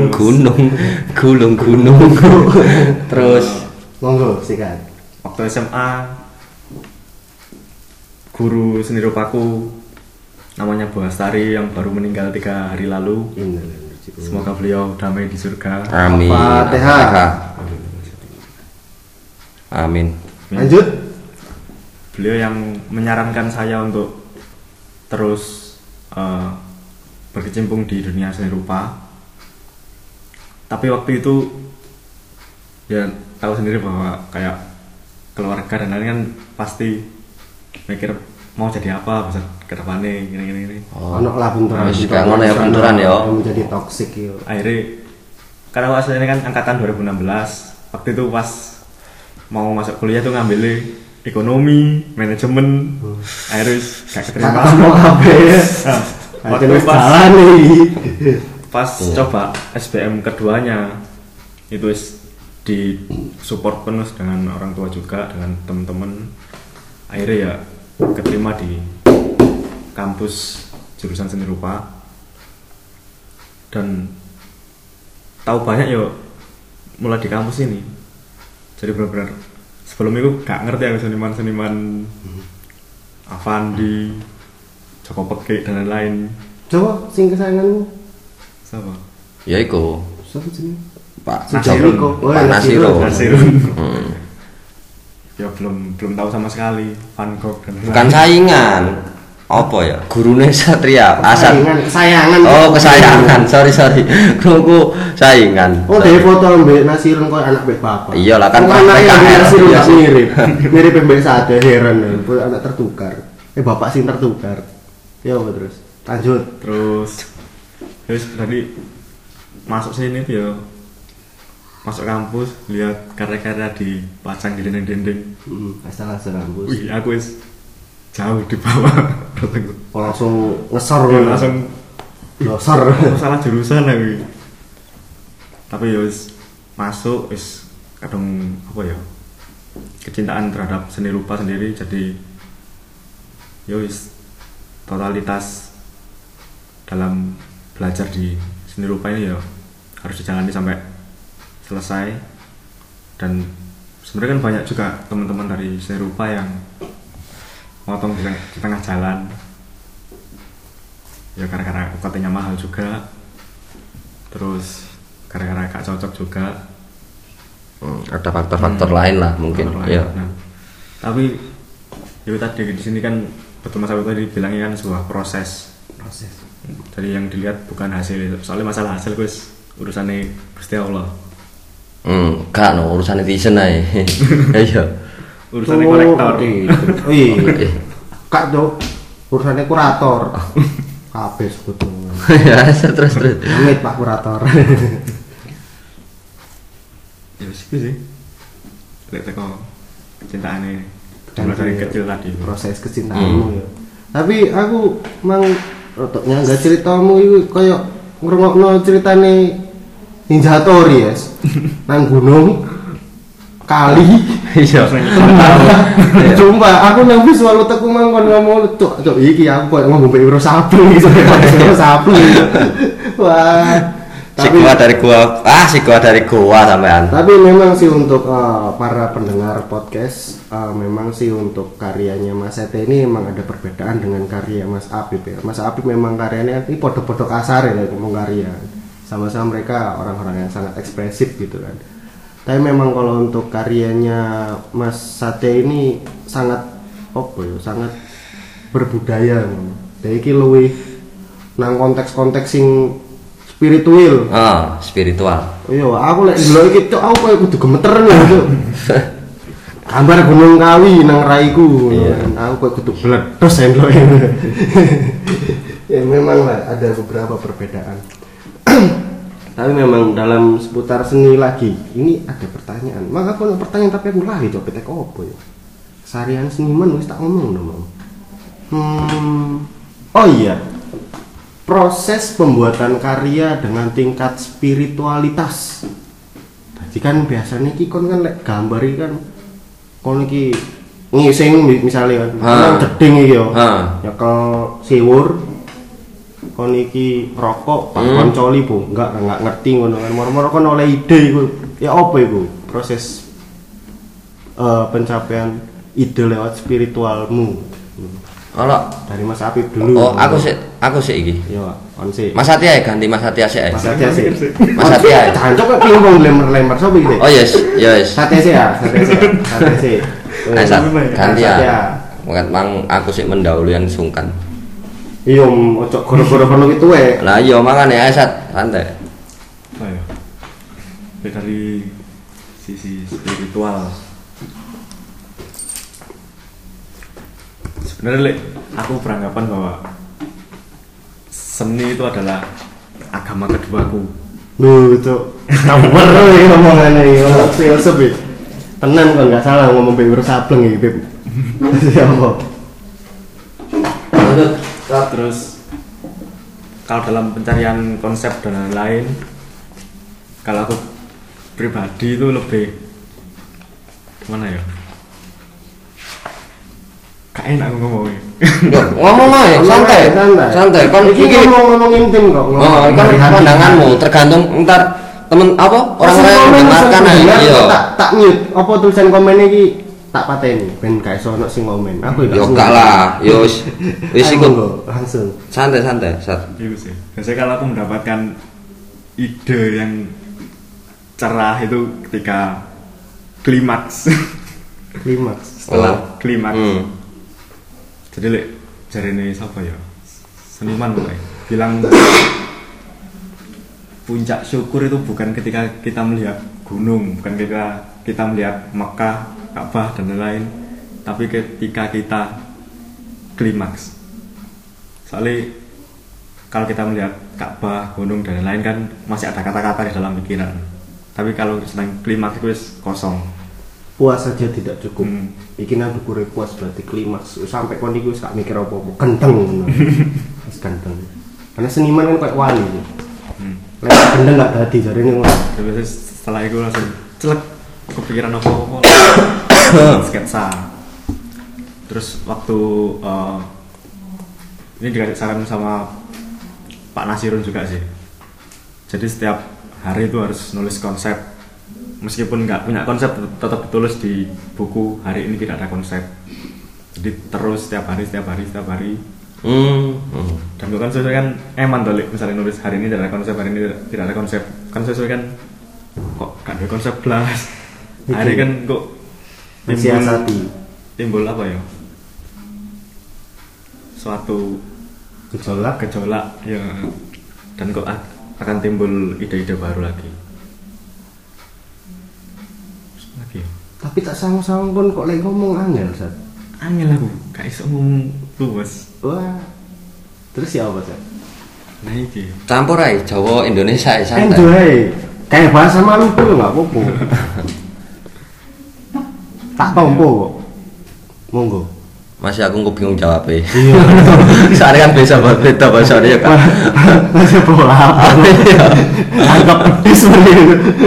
Terus Monggo sikat. Waktu SMA guru seni rupaku namanya Bu Astari yang baru meninggal 3 hari lalu. Semoga beliau damai di surga. amin. Fatihah. Amin. Lanjut. Beliau yang menyarankan saya untuk terus berkecimpung di dunia seni rupa. Tapi waktu itu ya tahu sendiri bahwa kayak keluarga dan lain kan pasti mikir mau jadi apa bisa ke depannya gini. Ono lah benturan. Wis gak ngono ya benturan ya. Yang menjadi toksik yo. Akhirnya karena aku aslinya kan angkatan 2016, waktu itu pas mau masuk kuliah tuh ngambil ekonomi, manajemen. Akhirnya gak keterima. Mau apa ya? Waktu Terus pas jalan nih. pas coba SBM keduanya itu di support penuh dengan orang tua juga, dengan teman-teman. Akhirnya ya keterima di kampus jurusan seni rupa dan tahu banyak yo mulai di kampus ini. Jadi benar-benar sebelum itu gak ngerti aku seniman-seniman Avandi, Joko Pekik dan lain-lain. Coba sing kesayanganmu. Siapa? Ya iku, Siapa jenenge? Pak Nasirun. Pak Nasirun. Nasirun. Hmm. Ya belum tahu sama sekali Van Gogh dan Bukan saingan. Apa ya? Gurune Satria Asal. Kesayangan. Oh, kesayangan. Sorry. Kruku saingan. Oh, dari foto mbek Nasirun koyo anak mbek bapak. Iyalah, kan anaknya PKL. mbek Nasirun Iya gak sih. mirip. Mirip mbek Sade heran ya. Anak tertukar. Bapak sing tertukar. Ya apa terus? Lanjut. terus tadi masuk sini tuh ya masuk kampus lihat karya-karya dipasang di dinding-dinding. Asal serambus. Wih, aku wis jauh di bawah. Oh, langsung ngesor Ya, loh. langsung Losor. aku salah jurusan lagi. Tapi ya wis masuk wis kadang apa ya? Kecintaan terhadap seni rupa sendiri jadi ya wis totalitas dalam belajar di seni rupa ini ya harus dijalani sampai selesai dan sebenarnya kan banyak juga teman-teman dari seni rupa yang motong di tengah jalan ya gara-gara UKT-nya mahal juga, terus gara-gara gak cocok juga. Ada faktor-faktor lain lah mungkin. Ya. Nah, tapi itu tadi di sini kan betul Mas Abi tadi bilangnya kan sebuah proses. Jadi yang dilihat bukan hasil, soalnya masalah hasil guys urusannya Gusti Allah. Gak no urusan netizen aja. Iya. Urusannya kolektor. Iya. Kak do urusannya kurator. Kabeh sebetulnya. Ya terus. Amit Pak kurator. Ya itu sih. Lihat teko kecintaannya dari kecil tadi. Proses kecintaanmu ya. Tapi aku mang rotoknya enggak ceritamu itu kayak ngrungokno ceritane Ninja Hattori ya. Nang gunung kali Iya. Sumpah aku nang visual otakku mangkon ngomong cuk iki aku koyo ngomong mbek Wiro Sableng gitu. Wiro Sableng. Wah. Si gua dari gua sampean. Tapi memang sih untuk para pendengar podcast memang sih untuk karyanya Mas Ete ini memang ada perbedaan dengan karya Mas Apip ya. Mas Apip memang karyanya ini podo-podo kasar ya ngomong karya. Sama-sama mereka orang-orang yang sangat ekspresif gitu kan. Tapi memang kalau untuk karyanya Mas Sate ini sangat sangat berbudaya. Jadi iki luwih nang konteks-konteks sing spiritual. Spiritual. Iya, aku lek ndelok iki cuk aku koyo kudu gemeter lho. Gambar Gunung Kawi nang raiku. Iya. Aku koyo kudu bledos ndeloke. Ya memang lah ada beberapa perbedaan. Tapi memang dalam seputar seni lagi, ini ada pertanyaan. Maka aku ada pertanyaan tapi aku lali coba tek opo ya. Sarian seniman wis tak ngomong dong. Oh iya. Proses pembuatan karya dengan tingkat spiritualitas. Jadi kan biasanya iki kon kan lek gambar iki kan kon iki ngising misalnya kan jeding iki yo. Nyekel siwur kon iki rokok pak koncoli Bu, enggak ngerti ngono kan. Moro-moro kon oleh ide iku. Ya apa iku? Proses pencapaian ide lewat spiritualmu. Kalau dari Mas Apip dulu. Oh, aku sih iki. Iya, on sih. Mas Satya ya ganti Mas Satya sih. Mas Satya sih. Mas Satya. Jancuk kok pingpong lempar sapa iki? Oh yes. Satya sih ya, Satya sih. Ganti ya. Mang aku sih mendahului yang sungkan. Iya, ojo goro-goro kono ki tuwek. Lah iya makane ae santai. Oh ya. Dari sisi spiritual. Sebenarnya aku beranggapan bahwa seni itu adalah agama keduaku. Loh, cuk. Kabar iki omongane iki, filsuf iki. Tenan kok enggak salah ngomong mbek Wiro Sableng iki, Beb. Ya apa? Terus kalau dalam pencarian konsep dan lain-lain, kalau aku pribadi itu lebih gimana ya? Gak enak ngomongnya. Ngomong aja santai. Kan iki ngomong intim kok. Kan pandanganmu tergantung entar temen apa orang-orang yang mendengarkan iya. Tak mute. Apa tulisan komen iki tak pateni ben gak iso ono sing komen. Aku yo gak lah. Yo wis iku langsung. Santai. Itu sih. Biasanya kalau aku mendapatkan ide yang cerah itu ketika klimaks. Setelah klimaks. Jadi cari ini siapa ya? Seniman mulai bilang puncak syukur itu bukan ketika kita melihat gunung, bukan ketika kita melihat Mekah, Ka'bah dan lain-lain, tapi ketika kita klimaks. Soalnya kalau kita melihat Ka'bah, gunung dan lain-lain kan masih ada kata-kata di dalam pikiran. Tapi kalau sedang klimaks itu kosong. Puas saja tidak cukup. Iki nang dukure puas berarti klimaks. Sampai kon iku wis gak mikir apa-apa, gendeng ngono. Wis gendeng. Karena seniman kan kayak wali. Lek gendeng gak dadi jarene ngono. Terus setelah itu langsung celek kepikiran apa-apa. Sketsa. Terus waktu ini dikasih saran sama Pak Nasirun juga sih. Jadi setiap hari itu harus nulis konsep meskipun nggak punya konsep tetap ditulis di buku hari ini tidak ada konsep, jadi terus setiap hari dan bukan sesuai kan eman tolik misalnya nulis hari ini tidak ada konsep, hari ini tidak ada konsep, kan sesuai kan kok gak ada konsep belas hari kan kok timbul apa ya, suatu gejolak ya, dan kok akan timbul ide-ide baru lagi. Tapi tak sawang-sawang kon kok lagi ngomong angel Sat. Angel aku gak iso ngomong luwes. Wah. Terus ya apa Sat? Nah iki Campur ae Jawa Indonesia santai. Enjoy. Kayak bahasa Maluku lho enggak apa-apa. Tak tompo kok. Monggo. Masih aku bingung jawab e. Iya. Soalnya kan beda bahasanya ya kan. Masih bola. Anggap pedis sebenarnya.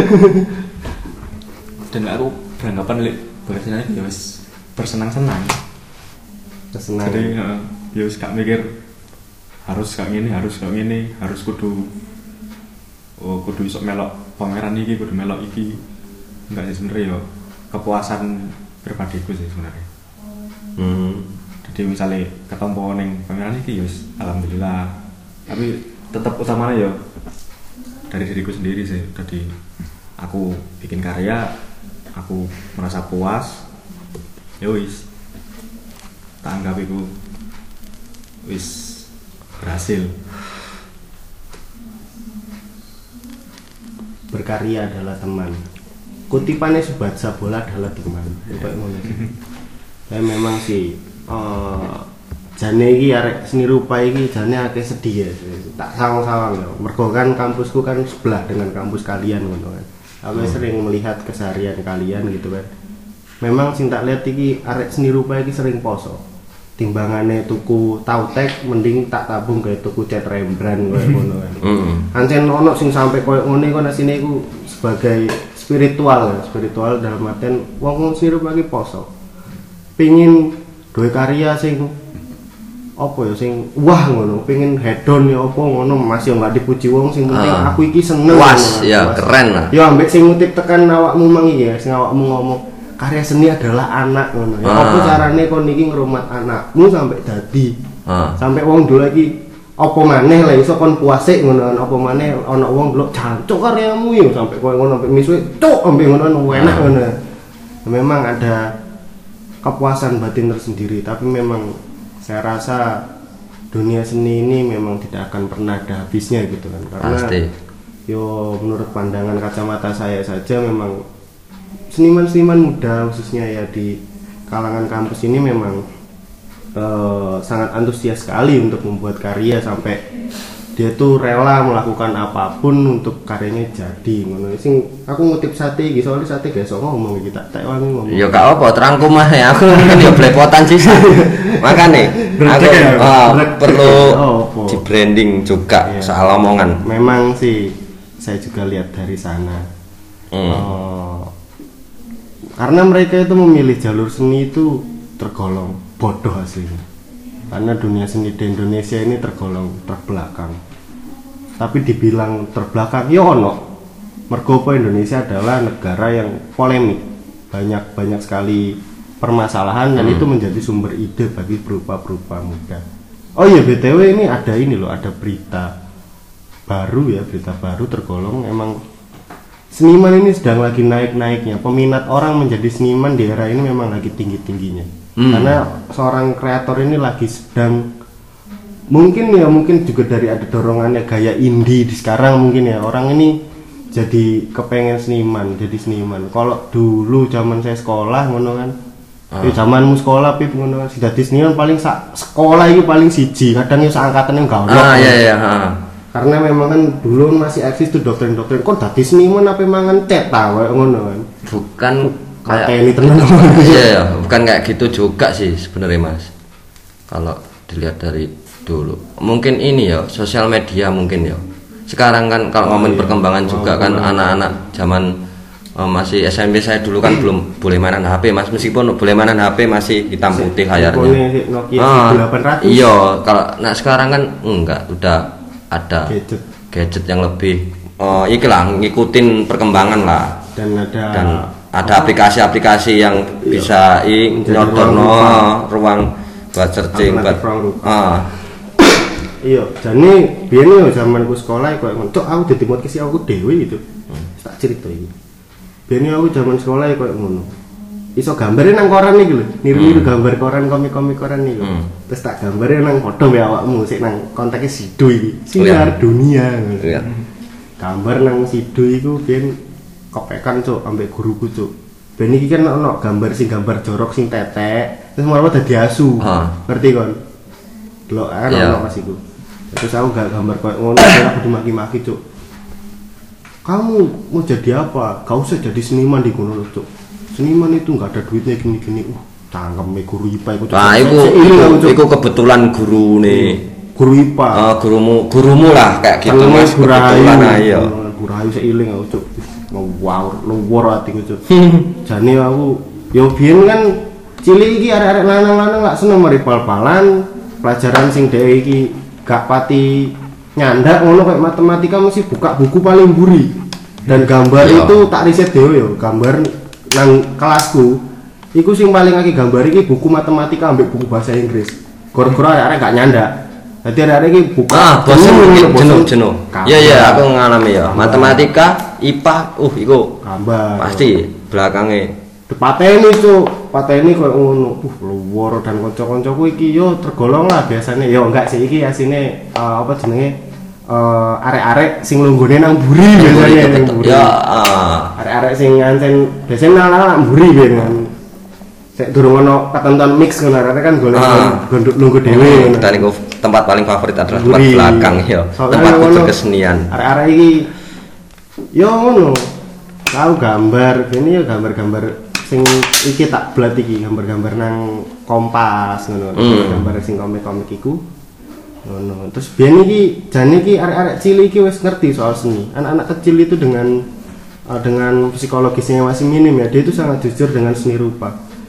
Dan aku beranggapan bahasanya ya wis bersenang-senang. Jadi ya wis gak mikir harus kayak gini, harus kudu iso melok pameran iki, kudu melok iki. Enggak sih sebenarnya ya kepuasan pribadiku sih sebenarnya. Jadi misalnya ketompo ning pameran iki ya wis alhamdulillah. Tapi tetap utamanya ya dari diriku sendiri sih. Jadi aku bikin karya, aku merasa puas, ya wis tak anggap itu wis berhasil. Berkarya adalah teman, kutipannya Sobat Sabola adalah teman. Tapi memang sih jane iki arek seni rupa iki jane akeh sedih ya. Tak sawang-sawang ya. Mergo kan kampusku kan sebelah dengan kampus kalian ngono kan. Aku sering melihat keseharian kalian gitu kan. Memang sing tak lihat iki arek seni rupa iki sering poso. Timbangane tuku tautek mending tak tabung gawe tuku cat Rembrandt koyo ngono kan. Ancen ono sing sampai koyo ngene kok asine iku sebagai spiritual dalam artian wong seni rupa iki poso. Pengin duwe karya sing apa ya sing wah ngono, pengen hedon ya apa ngono, masih enggak dipuji wong sing penting aku iki seneng. Was, ya keren lah. Ya ambek sing ngutip tekan awakmu mang iki ya, sing awakmu ngomong karya seni adalah anak ngono. Ya apa carane kon iki ngrumat anakmu sampai dadi. Sampai wong dulu lagi apa maneh lah iso kon puase ngono, apa maneh ana wong delok jancuk karyamu ya sampai koyo ngono sampai misuwe cuk ambek ngono enak ngono. Memang ada kepuasan batin tersendiri, tapi memang saya rasa dunia seni ini memang tidak akan pernah ada habisnya gitu kan, karena pasti. Yo menurut pandangan kacamata saya saja memang seniman-seniman muda khususnya ya di kalangan kampus ini memang sangat antusias sekali untuk membuat karya, sampai dia tuh rela melakukan apapun untuk karyanya jadi ngono. Sing aku ngutip Sate iki soalnya Sate gak iso ngomong iki tak wangi ngomong. Ya gak apa, terangkum ae aku kan ya blepotan sih. Makane aku perlu di branding juga soal omongan. Memang sih saya juga lihat dari sana. Karena mereka itu memilih jalur seni itu tergolong bodoh aslinya. Karena dunia seni di Indonesia ini tergolong terbelakang. Tapi dibilang terbelakang, ya ono. Mergo Indonesia adalah negara yang polemik. Banyak sekali permasalahan dan itu menjadi sumber ide bagi perupa-perupa muda. Oh iya BTW ini ada berita baru tergolong emang seniman ini sedang lagi naik-naiknya. Peminat orang menjadi seniman di era ini memang lagi tinggi-tingginya. Karena seorang kreator ini lagi sedang mungkin juga dari ada dorongannya gaya indie di sekarang mungkin ya, orang ini jadi kepengen jadi seniman. Kalau dulu zaman saya sekolah ngono kan, zamanmu sekolah pip ngono kan, dadi seniman paling sekolah itu paling siji, kadang yo seangkatan yang gak ono. Karena memang kan dulu masih eksis tuh doktrin-doktrin kok dadi seniman apa mangan cetak koyo ngono kan. Bukan kayak ini tenang. Iya, bukan kayak gitu juga sih sebenarnya Mas. Kalau dilihat dari dulu, mungkin ini ya sosial media mungkin ya. Sekarang kan kalau ngomongin perkembangan juga kan anak-anak zaman masih SMP saya dulu kan belum boleh mainan HP Mas, meskipun boleh mainan HP masih hitam putih layarnya. Iya, kalau sekarang kan enggak, udah ada gadget yang lebih ikilah ngikutin perkembangan lah. dan ada aplikasi-aplikasi yang bisa nyodorno ruang buat searching buat iya jane biyen yo zamanku sekolah koyo ngono aku dadi motivasi aku dhewe gitu tak cerita iki biyen aku zaman sekolah koyo ngono iso gambare nang koran iki lho niru-niru gambar koran komik-komik koran iki terus tak gambare nang foto mbek awakmu sik nang konteke Sido iki sinar dunia gambar nang Sido iku biyen kopekan cuk ambek guruku cuk ben iki kan ono gambar sing gambar jorok sing tetek terus malah dadi asu ngerti kon delok ono pas iku terus aku gak gambar kayak ngono aku dimaki-maki cuk kamu mau jadi apa kau usah jadi seniman di kono cuk seniman itu nggak ada duitnya gini-gini cangkem guru IPA itu iku kebetulan guru nih guru IPA gurumu lah kayak gitu mas kebetulan ayo guru ayu seiling aku cuk wow luar hatiku cuk jane aku yo biyen kan cilik iki arek-arek lanang-lanang lak seneng mari bal-balan pelajaran sing dhek iki gak pati nyandak ngono kayak matematika mesti buka buku paling mburi dan gambar itu tak riset dhewe yo gambar nang kelasku iku sing paling akeh gambar iki buku matematika ambek buku bahasa Inggris gara-gara arek gak nyandak dadi arek iki buka jenuh iya aku ngalami ya matematika IPA iku gambar pasti belakange pateni koyo ngono luwur dan kanca-kancaku iki yo tergolong lah biasane yo enggak sih iki asine apa jenenge arek-arek sing lunggone nang mburi biasane ya arek-arek sing ngancen biasane nang mburi ben sik durung ono ketentuan mix ngono arek kan golek gondok lungguh dhewe ngono dan iku tempat paling favorit adalah tempat belakang yo tempat berkesenian arek-arek iki yo ngono tahu gambar ini ya gambar-gambar sing iki tak blat iki gambar-gambar nang Kompas ngono gambar sing komik-komik iku ngono terus biyen iki jane iki arek-arek cilik iki wis ngerti soal seni anak-anak kecil itu dengan psikologisnya masih minim ya dia itu sangat jujur dengan seni rupa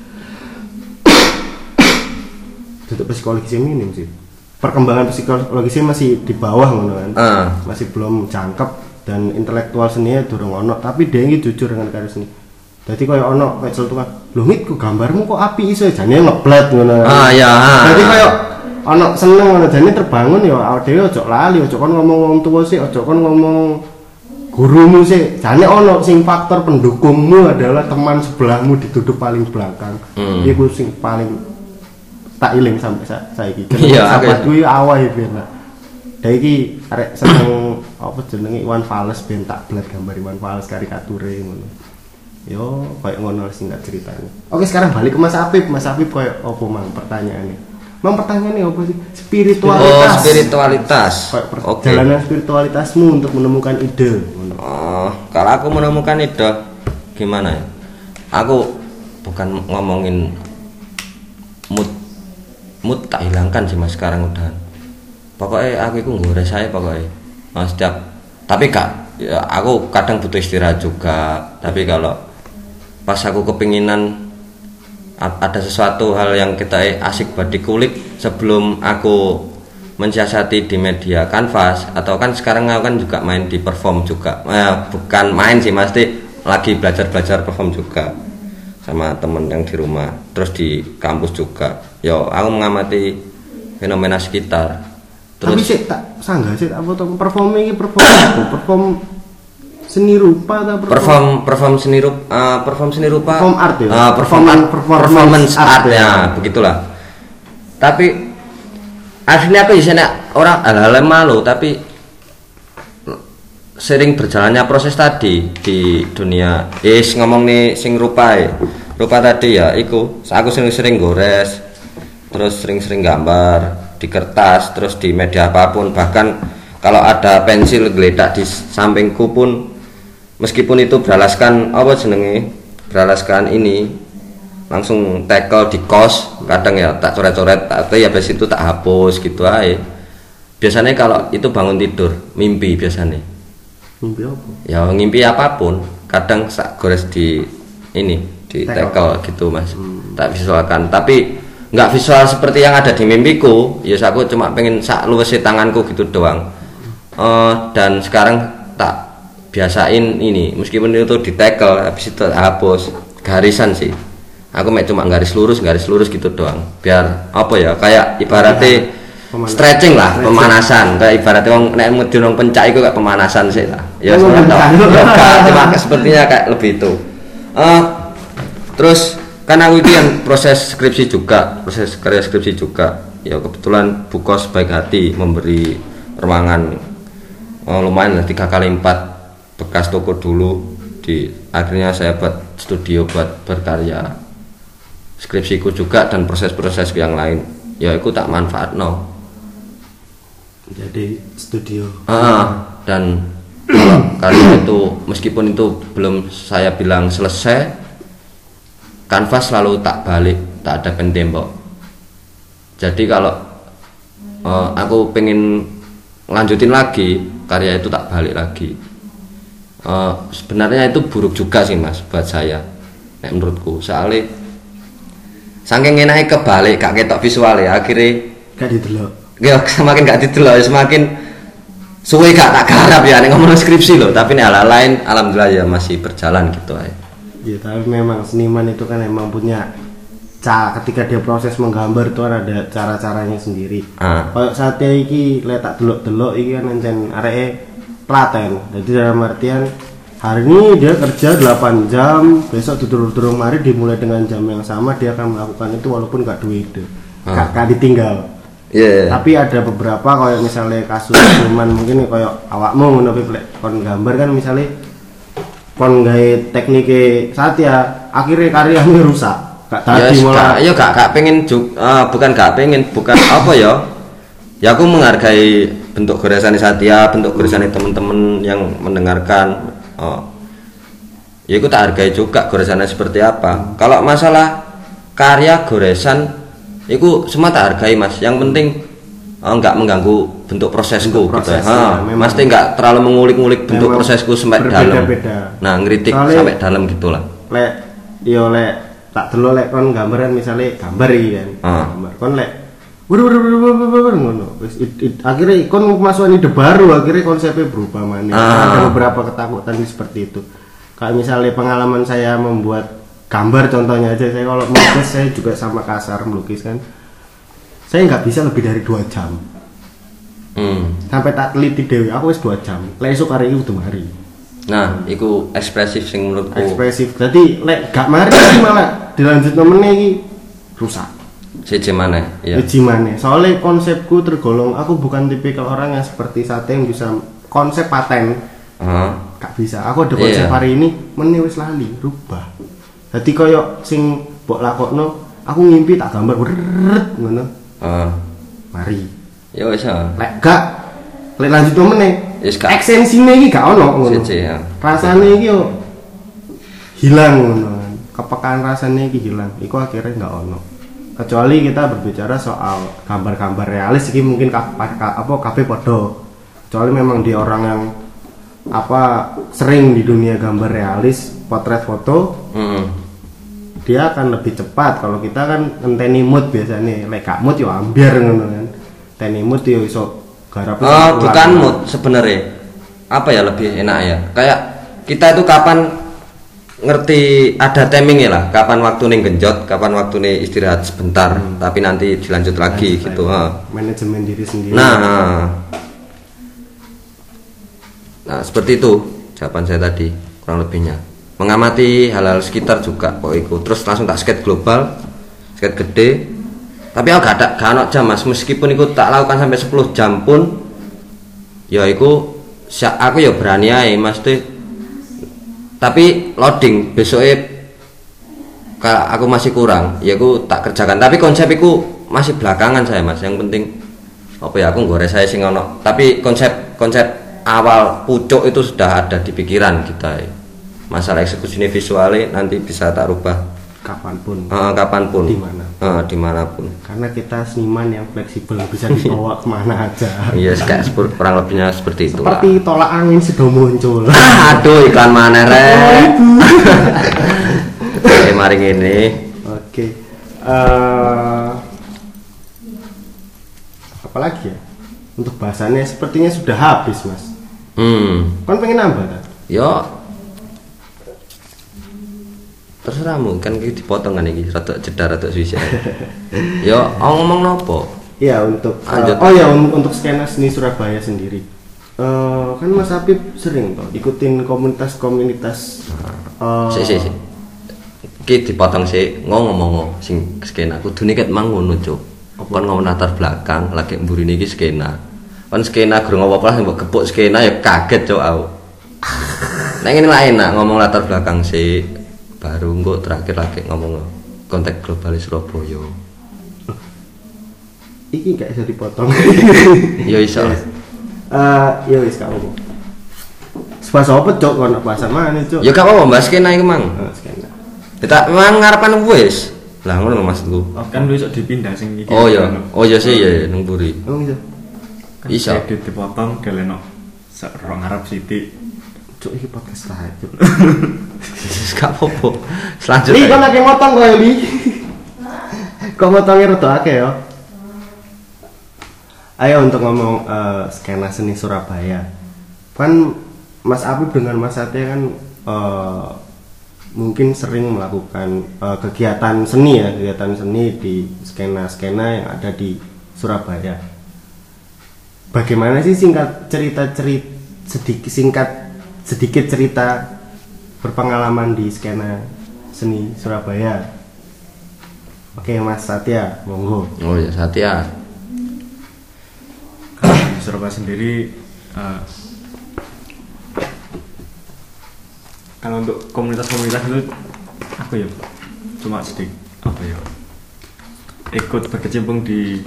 untuk psikologisnya minim sih perkembangan psikologisnya masih di bawah ngono kan masih belum jangkep dan intelektual seninya durung ono tapi dia ini jujur dengan karya seni jadi kaya ono kayak celutukan lho Mit ku gambarmu kok api iso jane ngeblet ngono jadi kaya ono seneng ngono jane terbangun ya dhewe ojo lali ojo kon ngomong wong tuwa sih ojo kon ngomong gurumu sih jane ono sing faktor pendukungmu adalah teman sebelahmu dituduh paling belakang iku sing paling tak iling sampai saiki sampai kuwi awal ben iki arek seneng apa jenenge Iwan Fals ben tak blet gambar Iwan Fals karikature ngono. Yo koyo ngono singkat ceritanya. Oke, sekarang balik ke Mas Apip. Mas Apip koyo apa mang pertanyaannya? Mang pertanyaannya apa sih? Spiritualitas. Oh, spiritualitas. Oke. Jalanan spiritualitasmu untuk menemukan ide. Kalau aku menemukan ide gimana ya? Aku bukan ngomongin mood tak hilangkan sih Mas sekarang udah. Pokoknya aku itu ngores saya pokoknya setiap tapi kak ya, aku kadang butuh istirahat juga tapi kalau pas aku kepinginan ada sesuatu hal yang kita asik buat dikulik sebelum aku mensiasati di media kanvas atau kan sekarang aku kan juga main di perform juga bukan main sih pasti lagi belajar perform juga sama temen yang di rumah terus di kampus juga yo aku mengamati fenomena sekitar. Terus, tapi sih tak sanggah sih apa tuh perform seni rupa atau perform seni rupa perform art ya performance art ya begitulah tapi aslinya aku disana orang hal-hal malu tapi sering berjalannya proses tadi di dunia ngomong nih sing rupa tadi ya iku aku sering gores terus sering gambar di kertas terus di media apapun bahkan kalau ada pensil geledak di sampingku pun meskipun itu beralaskan ini langsung tackle di kos kadang ya tak coret-coret tapi ya habis itu tak hapus gitu aja biasanya kalau itu bangun tidur mimpi biasanya mimpi apa? Ya mimpi apapun kadang sak gores di tackle gitu Mas tak visualkan tapi nggak visual seperti yang ada di mimpiku ya aku cuma pengen sak luwesi tanganku gitu doang dan sekarang tak biasain ini meskipun itu di tackle habis itu hapus garisan sih. Aku cuma garis lurus gitu doang. Biar apa ya kayak ibaratnya stretching lah, pemanasan. Kayak ibaratnya wong nek mudun wong pencak iku kayak pemanasan sih lah. Ya sebenarnya sepertinya kayak lebih itu. Terus kan aku itu yang proses karya skripsi juga. Ya kebetulan Bukos baik hati memberi ruangan lumayan lah 3x4 bekas toko dulu. Akhirnya saya buat studio buat berkarya skripsiku juga dan proses-proses yang lain. Ya itu tak manfaat no. Jadi studio. Dan kalau karya itu meskipun itu belum saya bilang selesai, kanvas selalu tak balik, tak ada tembok. Jadi kalau aku pengen lanjutin lagi karya itu tak balik lagi. Sebenarnya itu buruk juga sih mas buat saya, menurutku. Soalnya saking enaknya kebalik, gak ketok visualnya, akhirnya gak didelok. Ya semakin gak didelok, semakin suwe gak tak garap ya. Nih ngomong skripsi loh, tapi nih hal lain alhamdulillah ya masih berjalan gitu aja. Ya tapi memang seniman itu kan emang punya ketika dia proses menggambar itu kan ada cara-caranya sendiri. Kayak saat iki letak delok-delok iki kan encen areke telaten. Jadi dalam artian hari ini dia kerja 8 jam, besok durung mari dimulai dengan jam yang sama dia akan melakukan itu walaupun gak duwe ide. Gak ditinggal. Tapi ada beberapa kayak misalnya kasus seniman mungkin kayak awakmu ngono kon gambar kan misalnya kon gawe teknike Satya akhirnya karyanya rusak. Gak tadi malah ya gak pengen bukan apa ya. Ya aku menghargai bentuk goresan Satya, bentuk goresan teman-teman yang mendengarkan. Ya aku tak hargai juga goresannya seperti apa. Kalau masalah karya goresan itu semua tak hargai mas. Yang penting enggak mengganggu bentuk prosesku gitu ya. Mesti enggak terlalu mengulik-ngulik bentuk prosesku sampai dalam. Nah, ngeritik sampai dalam gitulah. Lek tak delok lek kon gambaran misalnya gambar iki kan. Gambar kon lek ngono. Wis akhirnya kon masukin ide baru, akhirnya konsepnya berubah maneh. Ada beberapa ketakutan seperti itu. Kayak misalnya pengalaman saya membuat gambar contohnya aja, saya kalau melukis saya juga sama kasar melukis kan. Saya nggak bisa lebih dari 2 jam. Sampai tak teliti dewe, aku wis 2 jam. Lek esuk hari iki udah mari. Nah, iku ekspresif sing menurutku. Ekspresif. Jadi lek gak mari malah dilanjutno meneh iki rusak. Siji maneh, iya. Siji maneh. Soalnya konsepku tergolong aku bukan tipikal orang yang seperti Sate yang bisa konsep paten. Gak bisa. Aku ada konsep hari ini meneh wis lali, rubah. Jadi koyo sing mbok lakokno, aku ngimpi tak gambar ngono. Mari. Ya wis. Lek gak lek lanjutno meneh. Eksensine iki gak ono ngono. Rasane iki yo hilang ngono. Kepekaan rasane iki hilang. Iku akhirnya enggak ono. Kecuali kita berbicara soal gambar-gambar realis iki mungkin kabeh padha. Kecuali memang dia orang yang sering di dunia gambar realis, potret foto. Dia akan lebih cepat. Kalau kita kan ngenteni mood biasanya. Lek gak mood yo ambiar ngono kan. Teni mood yo iso bukan mood sebenarnya. Apa ya lebih enak ya? Kayak kita itu kapan ngerti ada timingnya lah. Kapan waktu nih genjot, kapan waktu nih istirahat sebentar, tapi nanti dilanjut lagi gitu. Manajemen diri sendiri. Nah seperti itu jawaban saya tadi kurang lebihnya. Mengamati hal-hal sekitar juga kok ikut. Terus langsung tak skate global, skate gede. Tapi aku gak ada jam mas, meskipun aku tak lakukan sampai 10 jam pun ya aku ya berani aja mas tuh. Tapi loading besoknya kalau aku masih kurang ya aku tak kerjakan. Tapi konsep aku masih belakangan saya mas. Yang penting apa ya aku gores saya sing ono. Tapi konsep awal pucuk itu sudah ada di pikiran kita ya. Masalah eksekusi visualnya nanti bisa tak rubah kapanpun, dimanapun. Karena kita seniman yang fleksibel, bisa dibawa kemana aja. Iya, kayak kurang lebihnya seperti itu. Seperti tolak angin sudah muncul. Aduh, iklan mana rek? Oke, mari ini. Oke. Apalagi ya? Untuk bahasannya sepertinya sudah habis, mas. Kan pengen nambah kan? Yo terserahmu kan iki dipotong kan iki rada jedar rada suwi. Yo ngomong nopo? Ya untuk untuk skena seni Surabaya sendiri. Kan Mas Apip sering toh ikutin komunitas-komunitas. Sik. Iki dipotong sik ngomong sing skena kudune ket mang ngono, Cuk. Kon ngomong latar belakang lagi mburine iki skena. Kon skena gurung apa-apa lah mbok gepuk skena ya kaget, Cuk aku. Nek ngene lah enak ngomong latar belakang sik. Baru engko terakhir lagi ngomong konteks global Surabaya. Iki gak bisa dipotong. Ya iso. Ya wis gak apa-apa. Bahasa apa cok kono bahasa mana cok? Ya gak apa-apa Mas kena iku mang. Skena. Kita memang ngarepan wis. Lah ngono maksudku. Kan besok dipindah sing iki. Oh ya. Oh ya sih ya nang mburi. Oh iya. Kan Iso. dipotong galeno sak rong arep sithik. Cok iki podcast lah cok. Gak apa-apa. Selanjutnya. Li kok lagi motong kowe Li. Kok motongnya rada akeh ya? Ayo untuk ngomong skena seni Surabaya. Kan Mas Apip dengan Mas Satya kan mungkin sering melakukan kegiatan seni di skena-skena yang ada di Surabaya. Bagaimana sih sedikit cerita berpengalaman di skena seni Surabaya? Oke Mas Satya, monggo. Oh ya Satya. Di Surabaya sendiri kalau untuk komunitas-komunitas itu aku ya cuma sedikit ikut berkecimpung di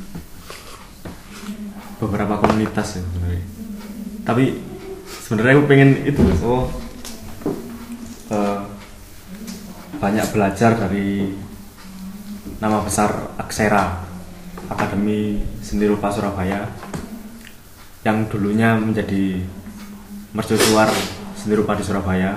beberapa komunitas ya sebenarnya. Tapi sebenarnya aku pengen itu banyak belajar dari nama besar Aksera, Akademi Seni Rupa Surabaya, yang dulunya menjadi mercusuar seni rupa di Surabaya,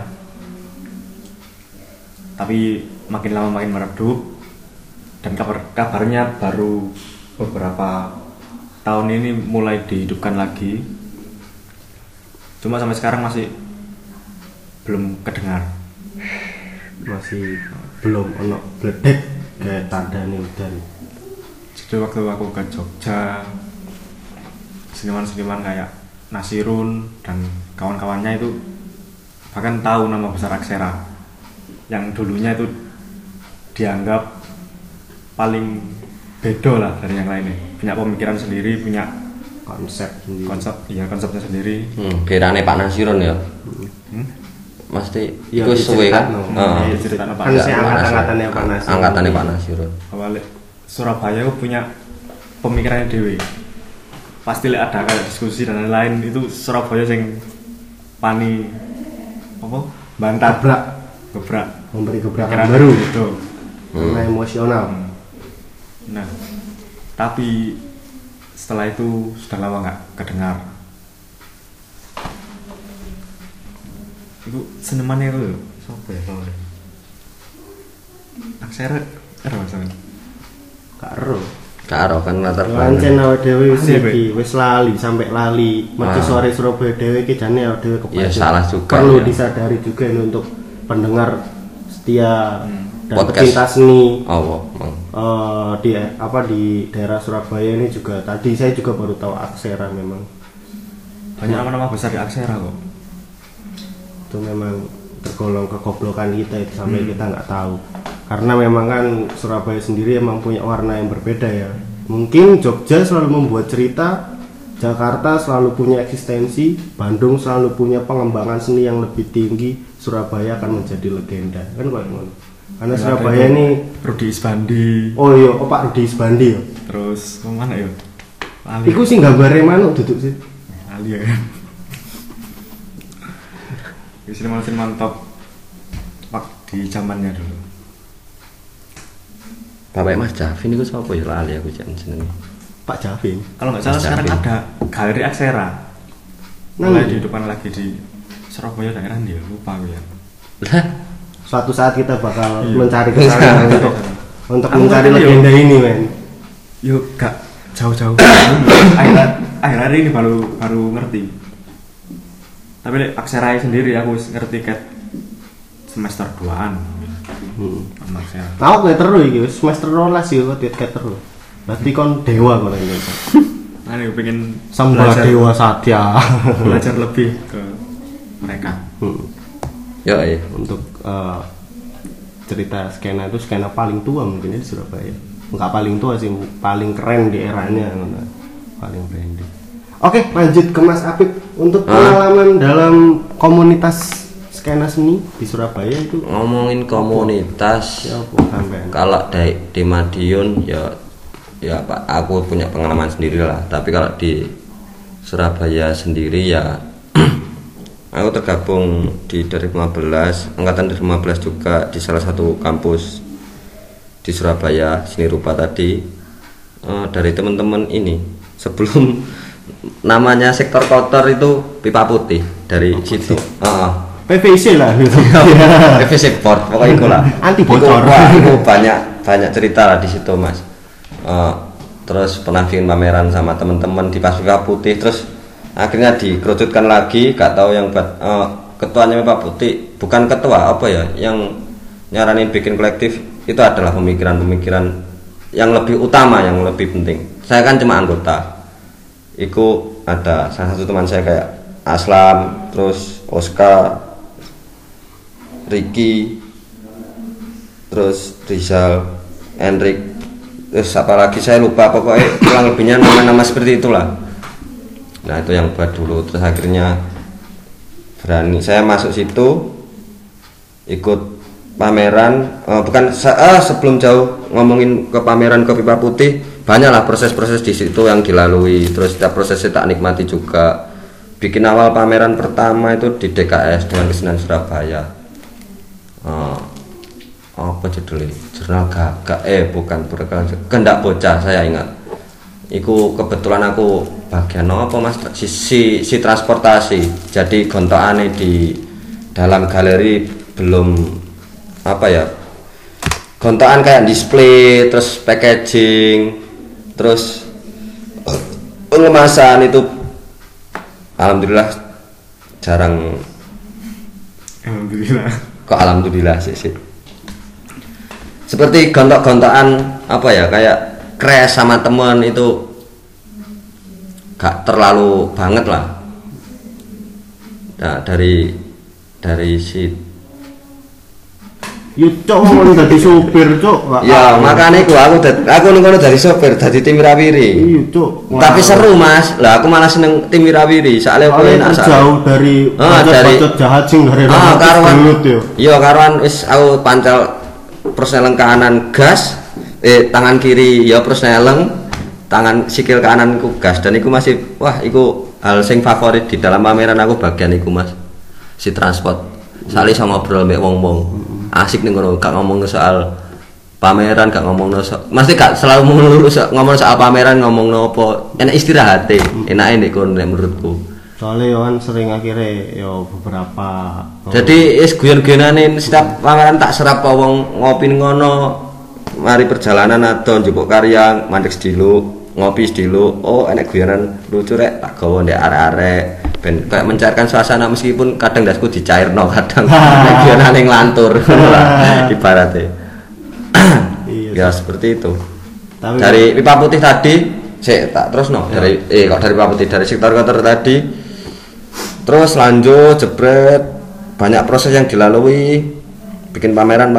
tapi makin lama makin meredup, dan kabarnya baru beberapa tahun ini mulai dihidupkan lagi. Cuma sampai sekarang masih belum kedengar. Masih belum ono bledek kayak tanda nih dan Jadi waktu aku ke Jogja, seniman-seniman kayak Nasirun dan kawan-kawannya itu bahkan tahu nama besar Aksera, yang dulunya itu dianggap paling bedo lah dari yang lainnya, punya pemikiran sendiri, punya konsepnya sendiri. Kirane Pak Nasirun ya. Mesti ya, iku suwe kan. Heeh. Diceritakan Pak Kan saya angkatannya Pak Nasirun. Angkatannya Pak Nasirun. Awalnya Surabaya punya pemikirannya dewe. Pasti ada kayak diskusi dan lain-lain, itu Surabaya sing pani apa? Bantah gebrak. Memberi gebrakan Pikiran baru itu. karena emosional. Nah, tapi setelah itu sudah lama nggak kedengar. Itu senimannya itu siapa ya kalau Aksera ada masalah. Karo kan latar lancen awake dhewe wis Masih, iki wis sampai lali mercusuar Surabaya dhewe iki jane awake dhewe kepancing. Ya salah juga. Perlu Ya. disadari juga ini untuk pendengar setia dan Podcast. pecinta seni. Di daerah Surabaya ini juga tadi saya juga baru tahu Aksera memang. Banyak nama-nama besar di Aksera kok. Itu memang tergolong kegoblokan kita itu sampai kita nggak tahu, karena memang kan Surabaya sendiri emang punya warna yang berbeda ya. Mungkin Jogja selalu membuat cerita, Jakarta selalu punya eksistensi, Bandung selalu punya pengembangan seni yang lebih tinggi, Surabaya akan menjadi legenda kan kayak ngono. Karena Ya, Surabaya ini Rudi Isbandi, Pak Rudi Isbandi ya. terus kemana ya? Ali. Iku sing gambare manuk duduk sih. Ali ya kan. Seniman-seniman top di zamannya dulu. Bapak Mas Javin itu siapa ya lali aku jenenge. Pak Javin. Kalau nggak salah Mas sekarang Javin. ada galeri Aksera. Nang Mulai ndi? dihidupkan lagi di Surabaya daerah dia, lupa aku ya. Lah, Suatu saat kita bakal Iya. mencari ke sana untuk Aku mencari kan legenda ini, men. Yuk, gak jauh-jauh. akhir ini baru ngerti. Tapi Aksara sendiri aku ngerti ket semester 2-an. Aksara. Aku kayak terus iki wis semester 12 ya kok kayak terus. Berarti kon dewa kon ini. Aku pengen Samba dewa satya. Belajar lebih ke mereka. Ya, iya. Untuk cerita skena itu skena paling tua mungkin ya di Surabaya. Enggak paling tua sih, paling keren di eranya, paling branding. Oke, lanjut ke Mas Apip untuk pengalaman dalam komunitas skena seni di Surabaya itu. Ngomongin komunitas, Ya apa sampean? kalau di Madiun ya Pak, aku punya pengalaman sendiri lah. Tapi kalau di Surabaya sendiri ya aku tergabung di 2015, angkatan 2015 juga di salah satu kampus di Surabaya, Seni Rupa tadi. Dari teman-teman ini sebelum namanya sektor kotor itu pipa putih dari situ. PVC lah gitu. PVC board pokoknya itu lah. Anti bocor. Itu banyak cerita lah di situ Mas. Terus pernah bikin pameran sama teman-teman di pas pipa putih, terus akhirnya dikerucutkan lagi, gak tahu yang buat ketuanya pipa putih, bukan ketua apa ya, yang nyaranin bikin kolektif itu adalah pemikiran-pemikiran yang lebih utama, yang lebih penting. Saya kan cuma anggota. Iku ada salah satu teman saya kayak Aslam, terus Oscar, Ricky, terus Rizal, Enrik, terus apa lagi saya lupa, pokoknya kurang lebihnya nama-nama seperti itulah. Nah itu yang buat dulu, terus akhirnya berani saya masuk situ, ikut pameran. Sebelum jauh ngomongin ke pameran ke pipa putih, banyaklah proses-proses di situ yang dilalui. Terus setiap prosesnya tak nikmati juga. Bikin awal pameran pertama itu di DKS dengan Kesenian Surabaya. Apa judulnya? Jurnal Gagak, bukan Kehendak Bocah, saya ingat. Iku kebetulan aku bagian apa Mas, si transportasi. Jadi gontokane di dalam galeri belum apa ya, gontokan kayak display, terus packaging, terus pengemasan itu alhamdulillah jarang. Alhamdulillah sih. Seperti gontok-gontokan apa ya, kayak crash sama temen itu gak terlalu banget lah. Nah dari si Cok mau jadi sopir Cok. Ya makanya aku nunggu dari sopir dari tim Wirawiri. Cok. Tapi seru Mas. Lah aku malah seneng tim Wirawiri. Soalnya aku enak jauh dari bacot jahat sing dari karuan. Iya karuan wis aku pancal persneleng kanan gas, tangan kiri ya persneleng, tangan sikil kananku gas, dan iku masih iku hal sing favorit di dalam pameran aku bagian iku Mas. Si transport. Soalnya iso ngobrol mbek wong-wong. Asik nih gak ngomong soal pameran, gak ngomong mesti gak selalu ngomong soal pameran, ngomong apa enak istirahat enak ini menurutku. Soalnya kan sering akhirnya beberapa jadi guyon-guyonanin setiap pameran tak serap wong ngopi ngono, mari perjalanan atau njupuk karya mandek sediluk ngopi sediluk, enak guyonan lucu rek tak gawa ndek arek-arek ben kayak mencairkan suasana, meskipun kadang dasku dicairno, kadang guyonan ning lantur ibaratnya. Ya seperti itu. Tapi dari pipa putih tadi tak terus dari dari pipa putih, dari sektor kotor tadi, terus lanjut jebret, banyak proses yang dilalui, bikin pameran,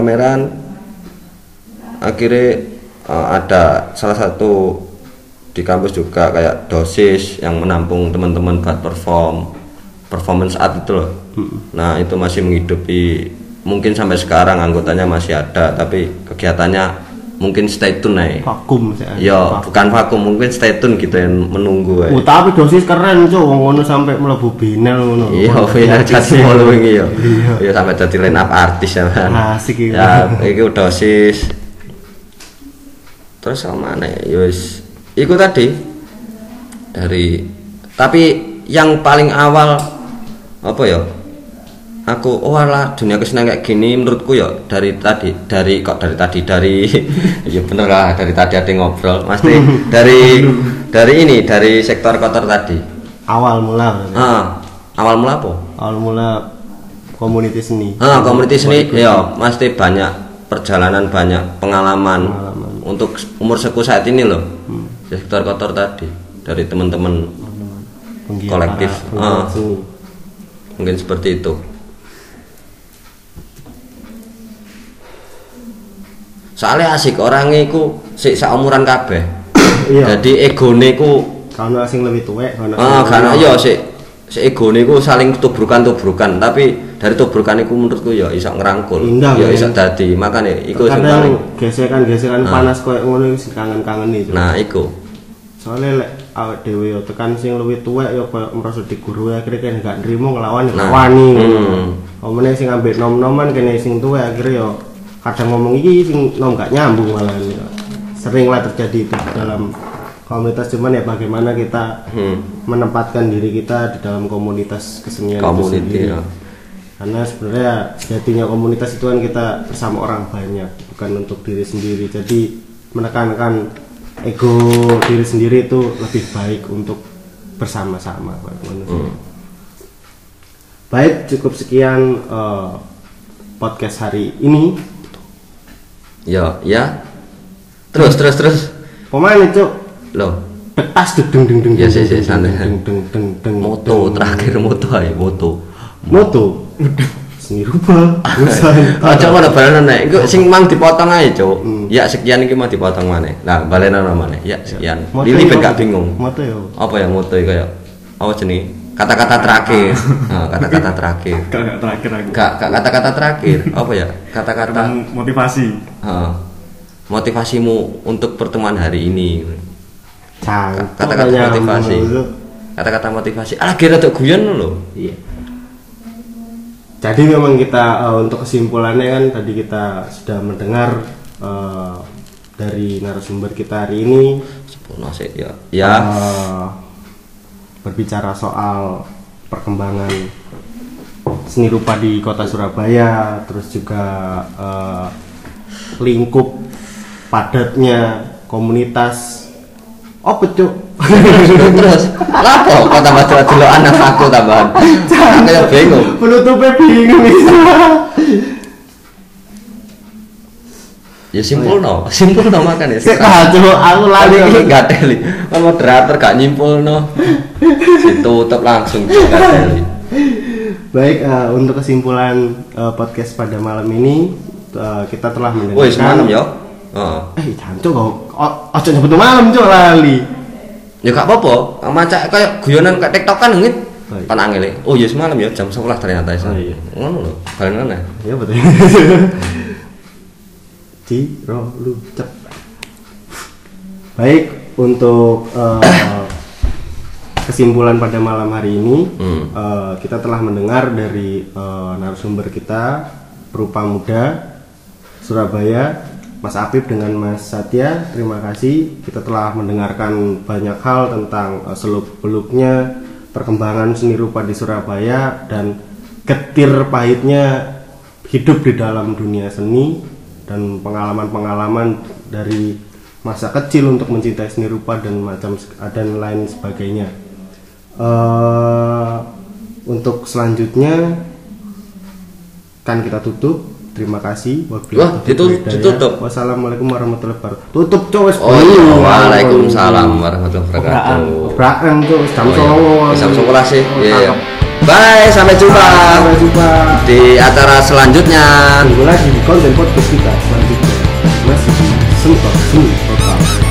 akhirnya ada salah satu di kampus juga kayak dosis yang menampung teman-teman buat performance art itu loh. Nah itu masih menghidupi, mungkin sampai sekarang anggotanya masih ada, tapi kegiatannya mungkin stay tune nih. Vakum bukan vakum, mungkin stay tune gitu yang menunggu tapi dosis keren Cok, ngono sampai mlebu binel ngono. Iya jadi following iya sampai jadi line up artis ya kan. Asik iki. Ya iki dosis. Terus sama mana yus iku tadi tapi yang paling awal apa ya, aku dunia kesenian kayak gini menurutku ya dari ya bener lah, dari tadi ada ngobrol pasti dari sektor kotor tadi awal mula Awal mula apa? Awal mula community seni. Community seni ya pasti banyak perjalanan, banyak pengalaman. Untuk umurku saat ini loh. Di sektor kotor tadi dari teman-teman kolektif. Mungkin seperti itu. Soalnya asik orangnya iku sik saumuran kabeh. Iya. Jadi egone ku Kalau sing lebih tuwek, karena ya sik egone ku saling tubrukan, tapi dari tubrukan iku menurutku ya iso ngerangkul. Ya iso dadi. Makane iku sing paling gesekan panas koyo ngono sing kangen-kangen iki. Nah, iku. Soalnya lek awake dhewe yo tekan sing luwih tuwek yo koyo merasa diguru akhirnya kan gak nrimo nglawan yo wani. Omene sing ambek nom-noman kene sing tuwek akhirnya yo kadang ngomong iki sing nom gak nyambung malah seringlah terjadi itu dalam komunitas. Cuman ya bagaimana kita menempatkan diri kita di dalam komunitas kesenian itu sendiri ya. Karena sebenarnya sejatinya komunitas itu kan kita bersama orang banyak, bukan untuk diri sendiri. Jadi menekankan ego diri sendiri itu lebih baik untuk bersama-sama. Baik, cukup sekian podcast hari ini. Ya. Terus. Pemain itu loh. Petas deng. Ya sih santai. Moto terakhir moto. Seni rupa. Aja ora balenan nek. Iku sing mang dipotong ae, Cuk. Ya sekian iki mau dipotong maneh. Nah, balenan maneh. Ya sekian. Lili ben gak bingung. Moto yo. Apa ya moto iki kaya apa jenenge? Kata-kata terakhir. Kata-kata terakhir. Kata-kata terakhir. Apa ya? Kata-kata motivasi. Motivasimu untuk pertemuan hari ini. Kata-kata motivasi. Kata-kata motivasi. Kira untuk guyon lho. Iya. Jadi memang kita untuk kesimpulannya kan tadi kita sudah mendengar dari narasumber kita hari ini. Ya. Berbicara soal perkembangan seni rupa di kota Surabaya, terus juga lingkup padatnya komunitas. Oh Cuk. Terus lapo kok tambah dulu anak aku tambahan. Kayak bingung. Penutupnya bingung. Ya simpulno makane. Aduh, aku lali iki gak teli. Moderator gak nyimpulno. Ditutup langsung gak teli. Baik, untuk kesimpulan podcast pada malam ini kita telah mendengarkan. Woi, semalam ya. Jancuk kok. Aja nyebut malam cuk lali. Ya gak apa-apa. Macak kayak guyonan kayak TikTokan ngit. Kan angel. Oh ya semalam ya jam 11 ternyata. Iya. Ngono lho. Kalian mana? Iya betul. Lucep. Baik, untuk kesimpulan pada malam hari ini kita telah mendengar dari narasumber kita Perupa Muda Surabaya, Mas Apip dengan Mas Satya. Terima kasih, kita telah mendengarkan banyak hal tentang seluk-beluknya perkembangan seni rupa di Surabaya dan getir pahitnya hidup di dalam dunia seni dan pengalaman-pengalaman dari masa kecil untuk mencintai seni rupa dan lain sebagainya. Untuk selanjutnya kan kita tutup. Terima kasih. Ditutup. Wassalamualaikum warahmatullahi wabarakatuh. Tutup cowes. Waalaikumsalam warahmatullahi wabarakatuh. Obraan tuh jam 11 sih. Iya. Bye, sampai jumpa di acara selanjutnya. Tunggu lagi di konten podcast kita selanjutnya. Masih di Sentok Seni Total.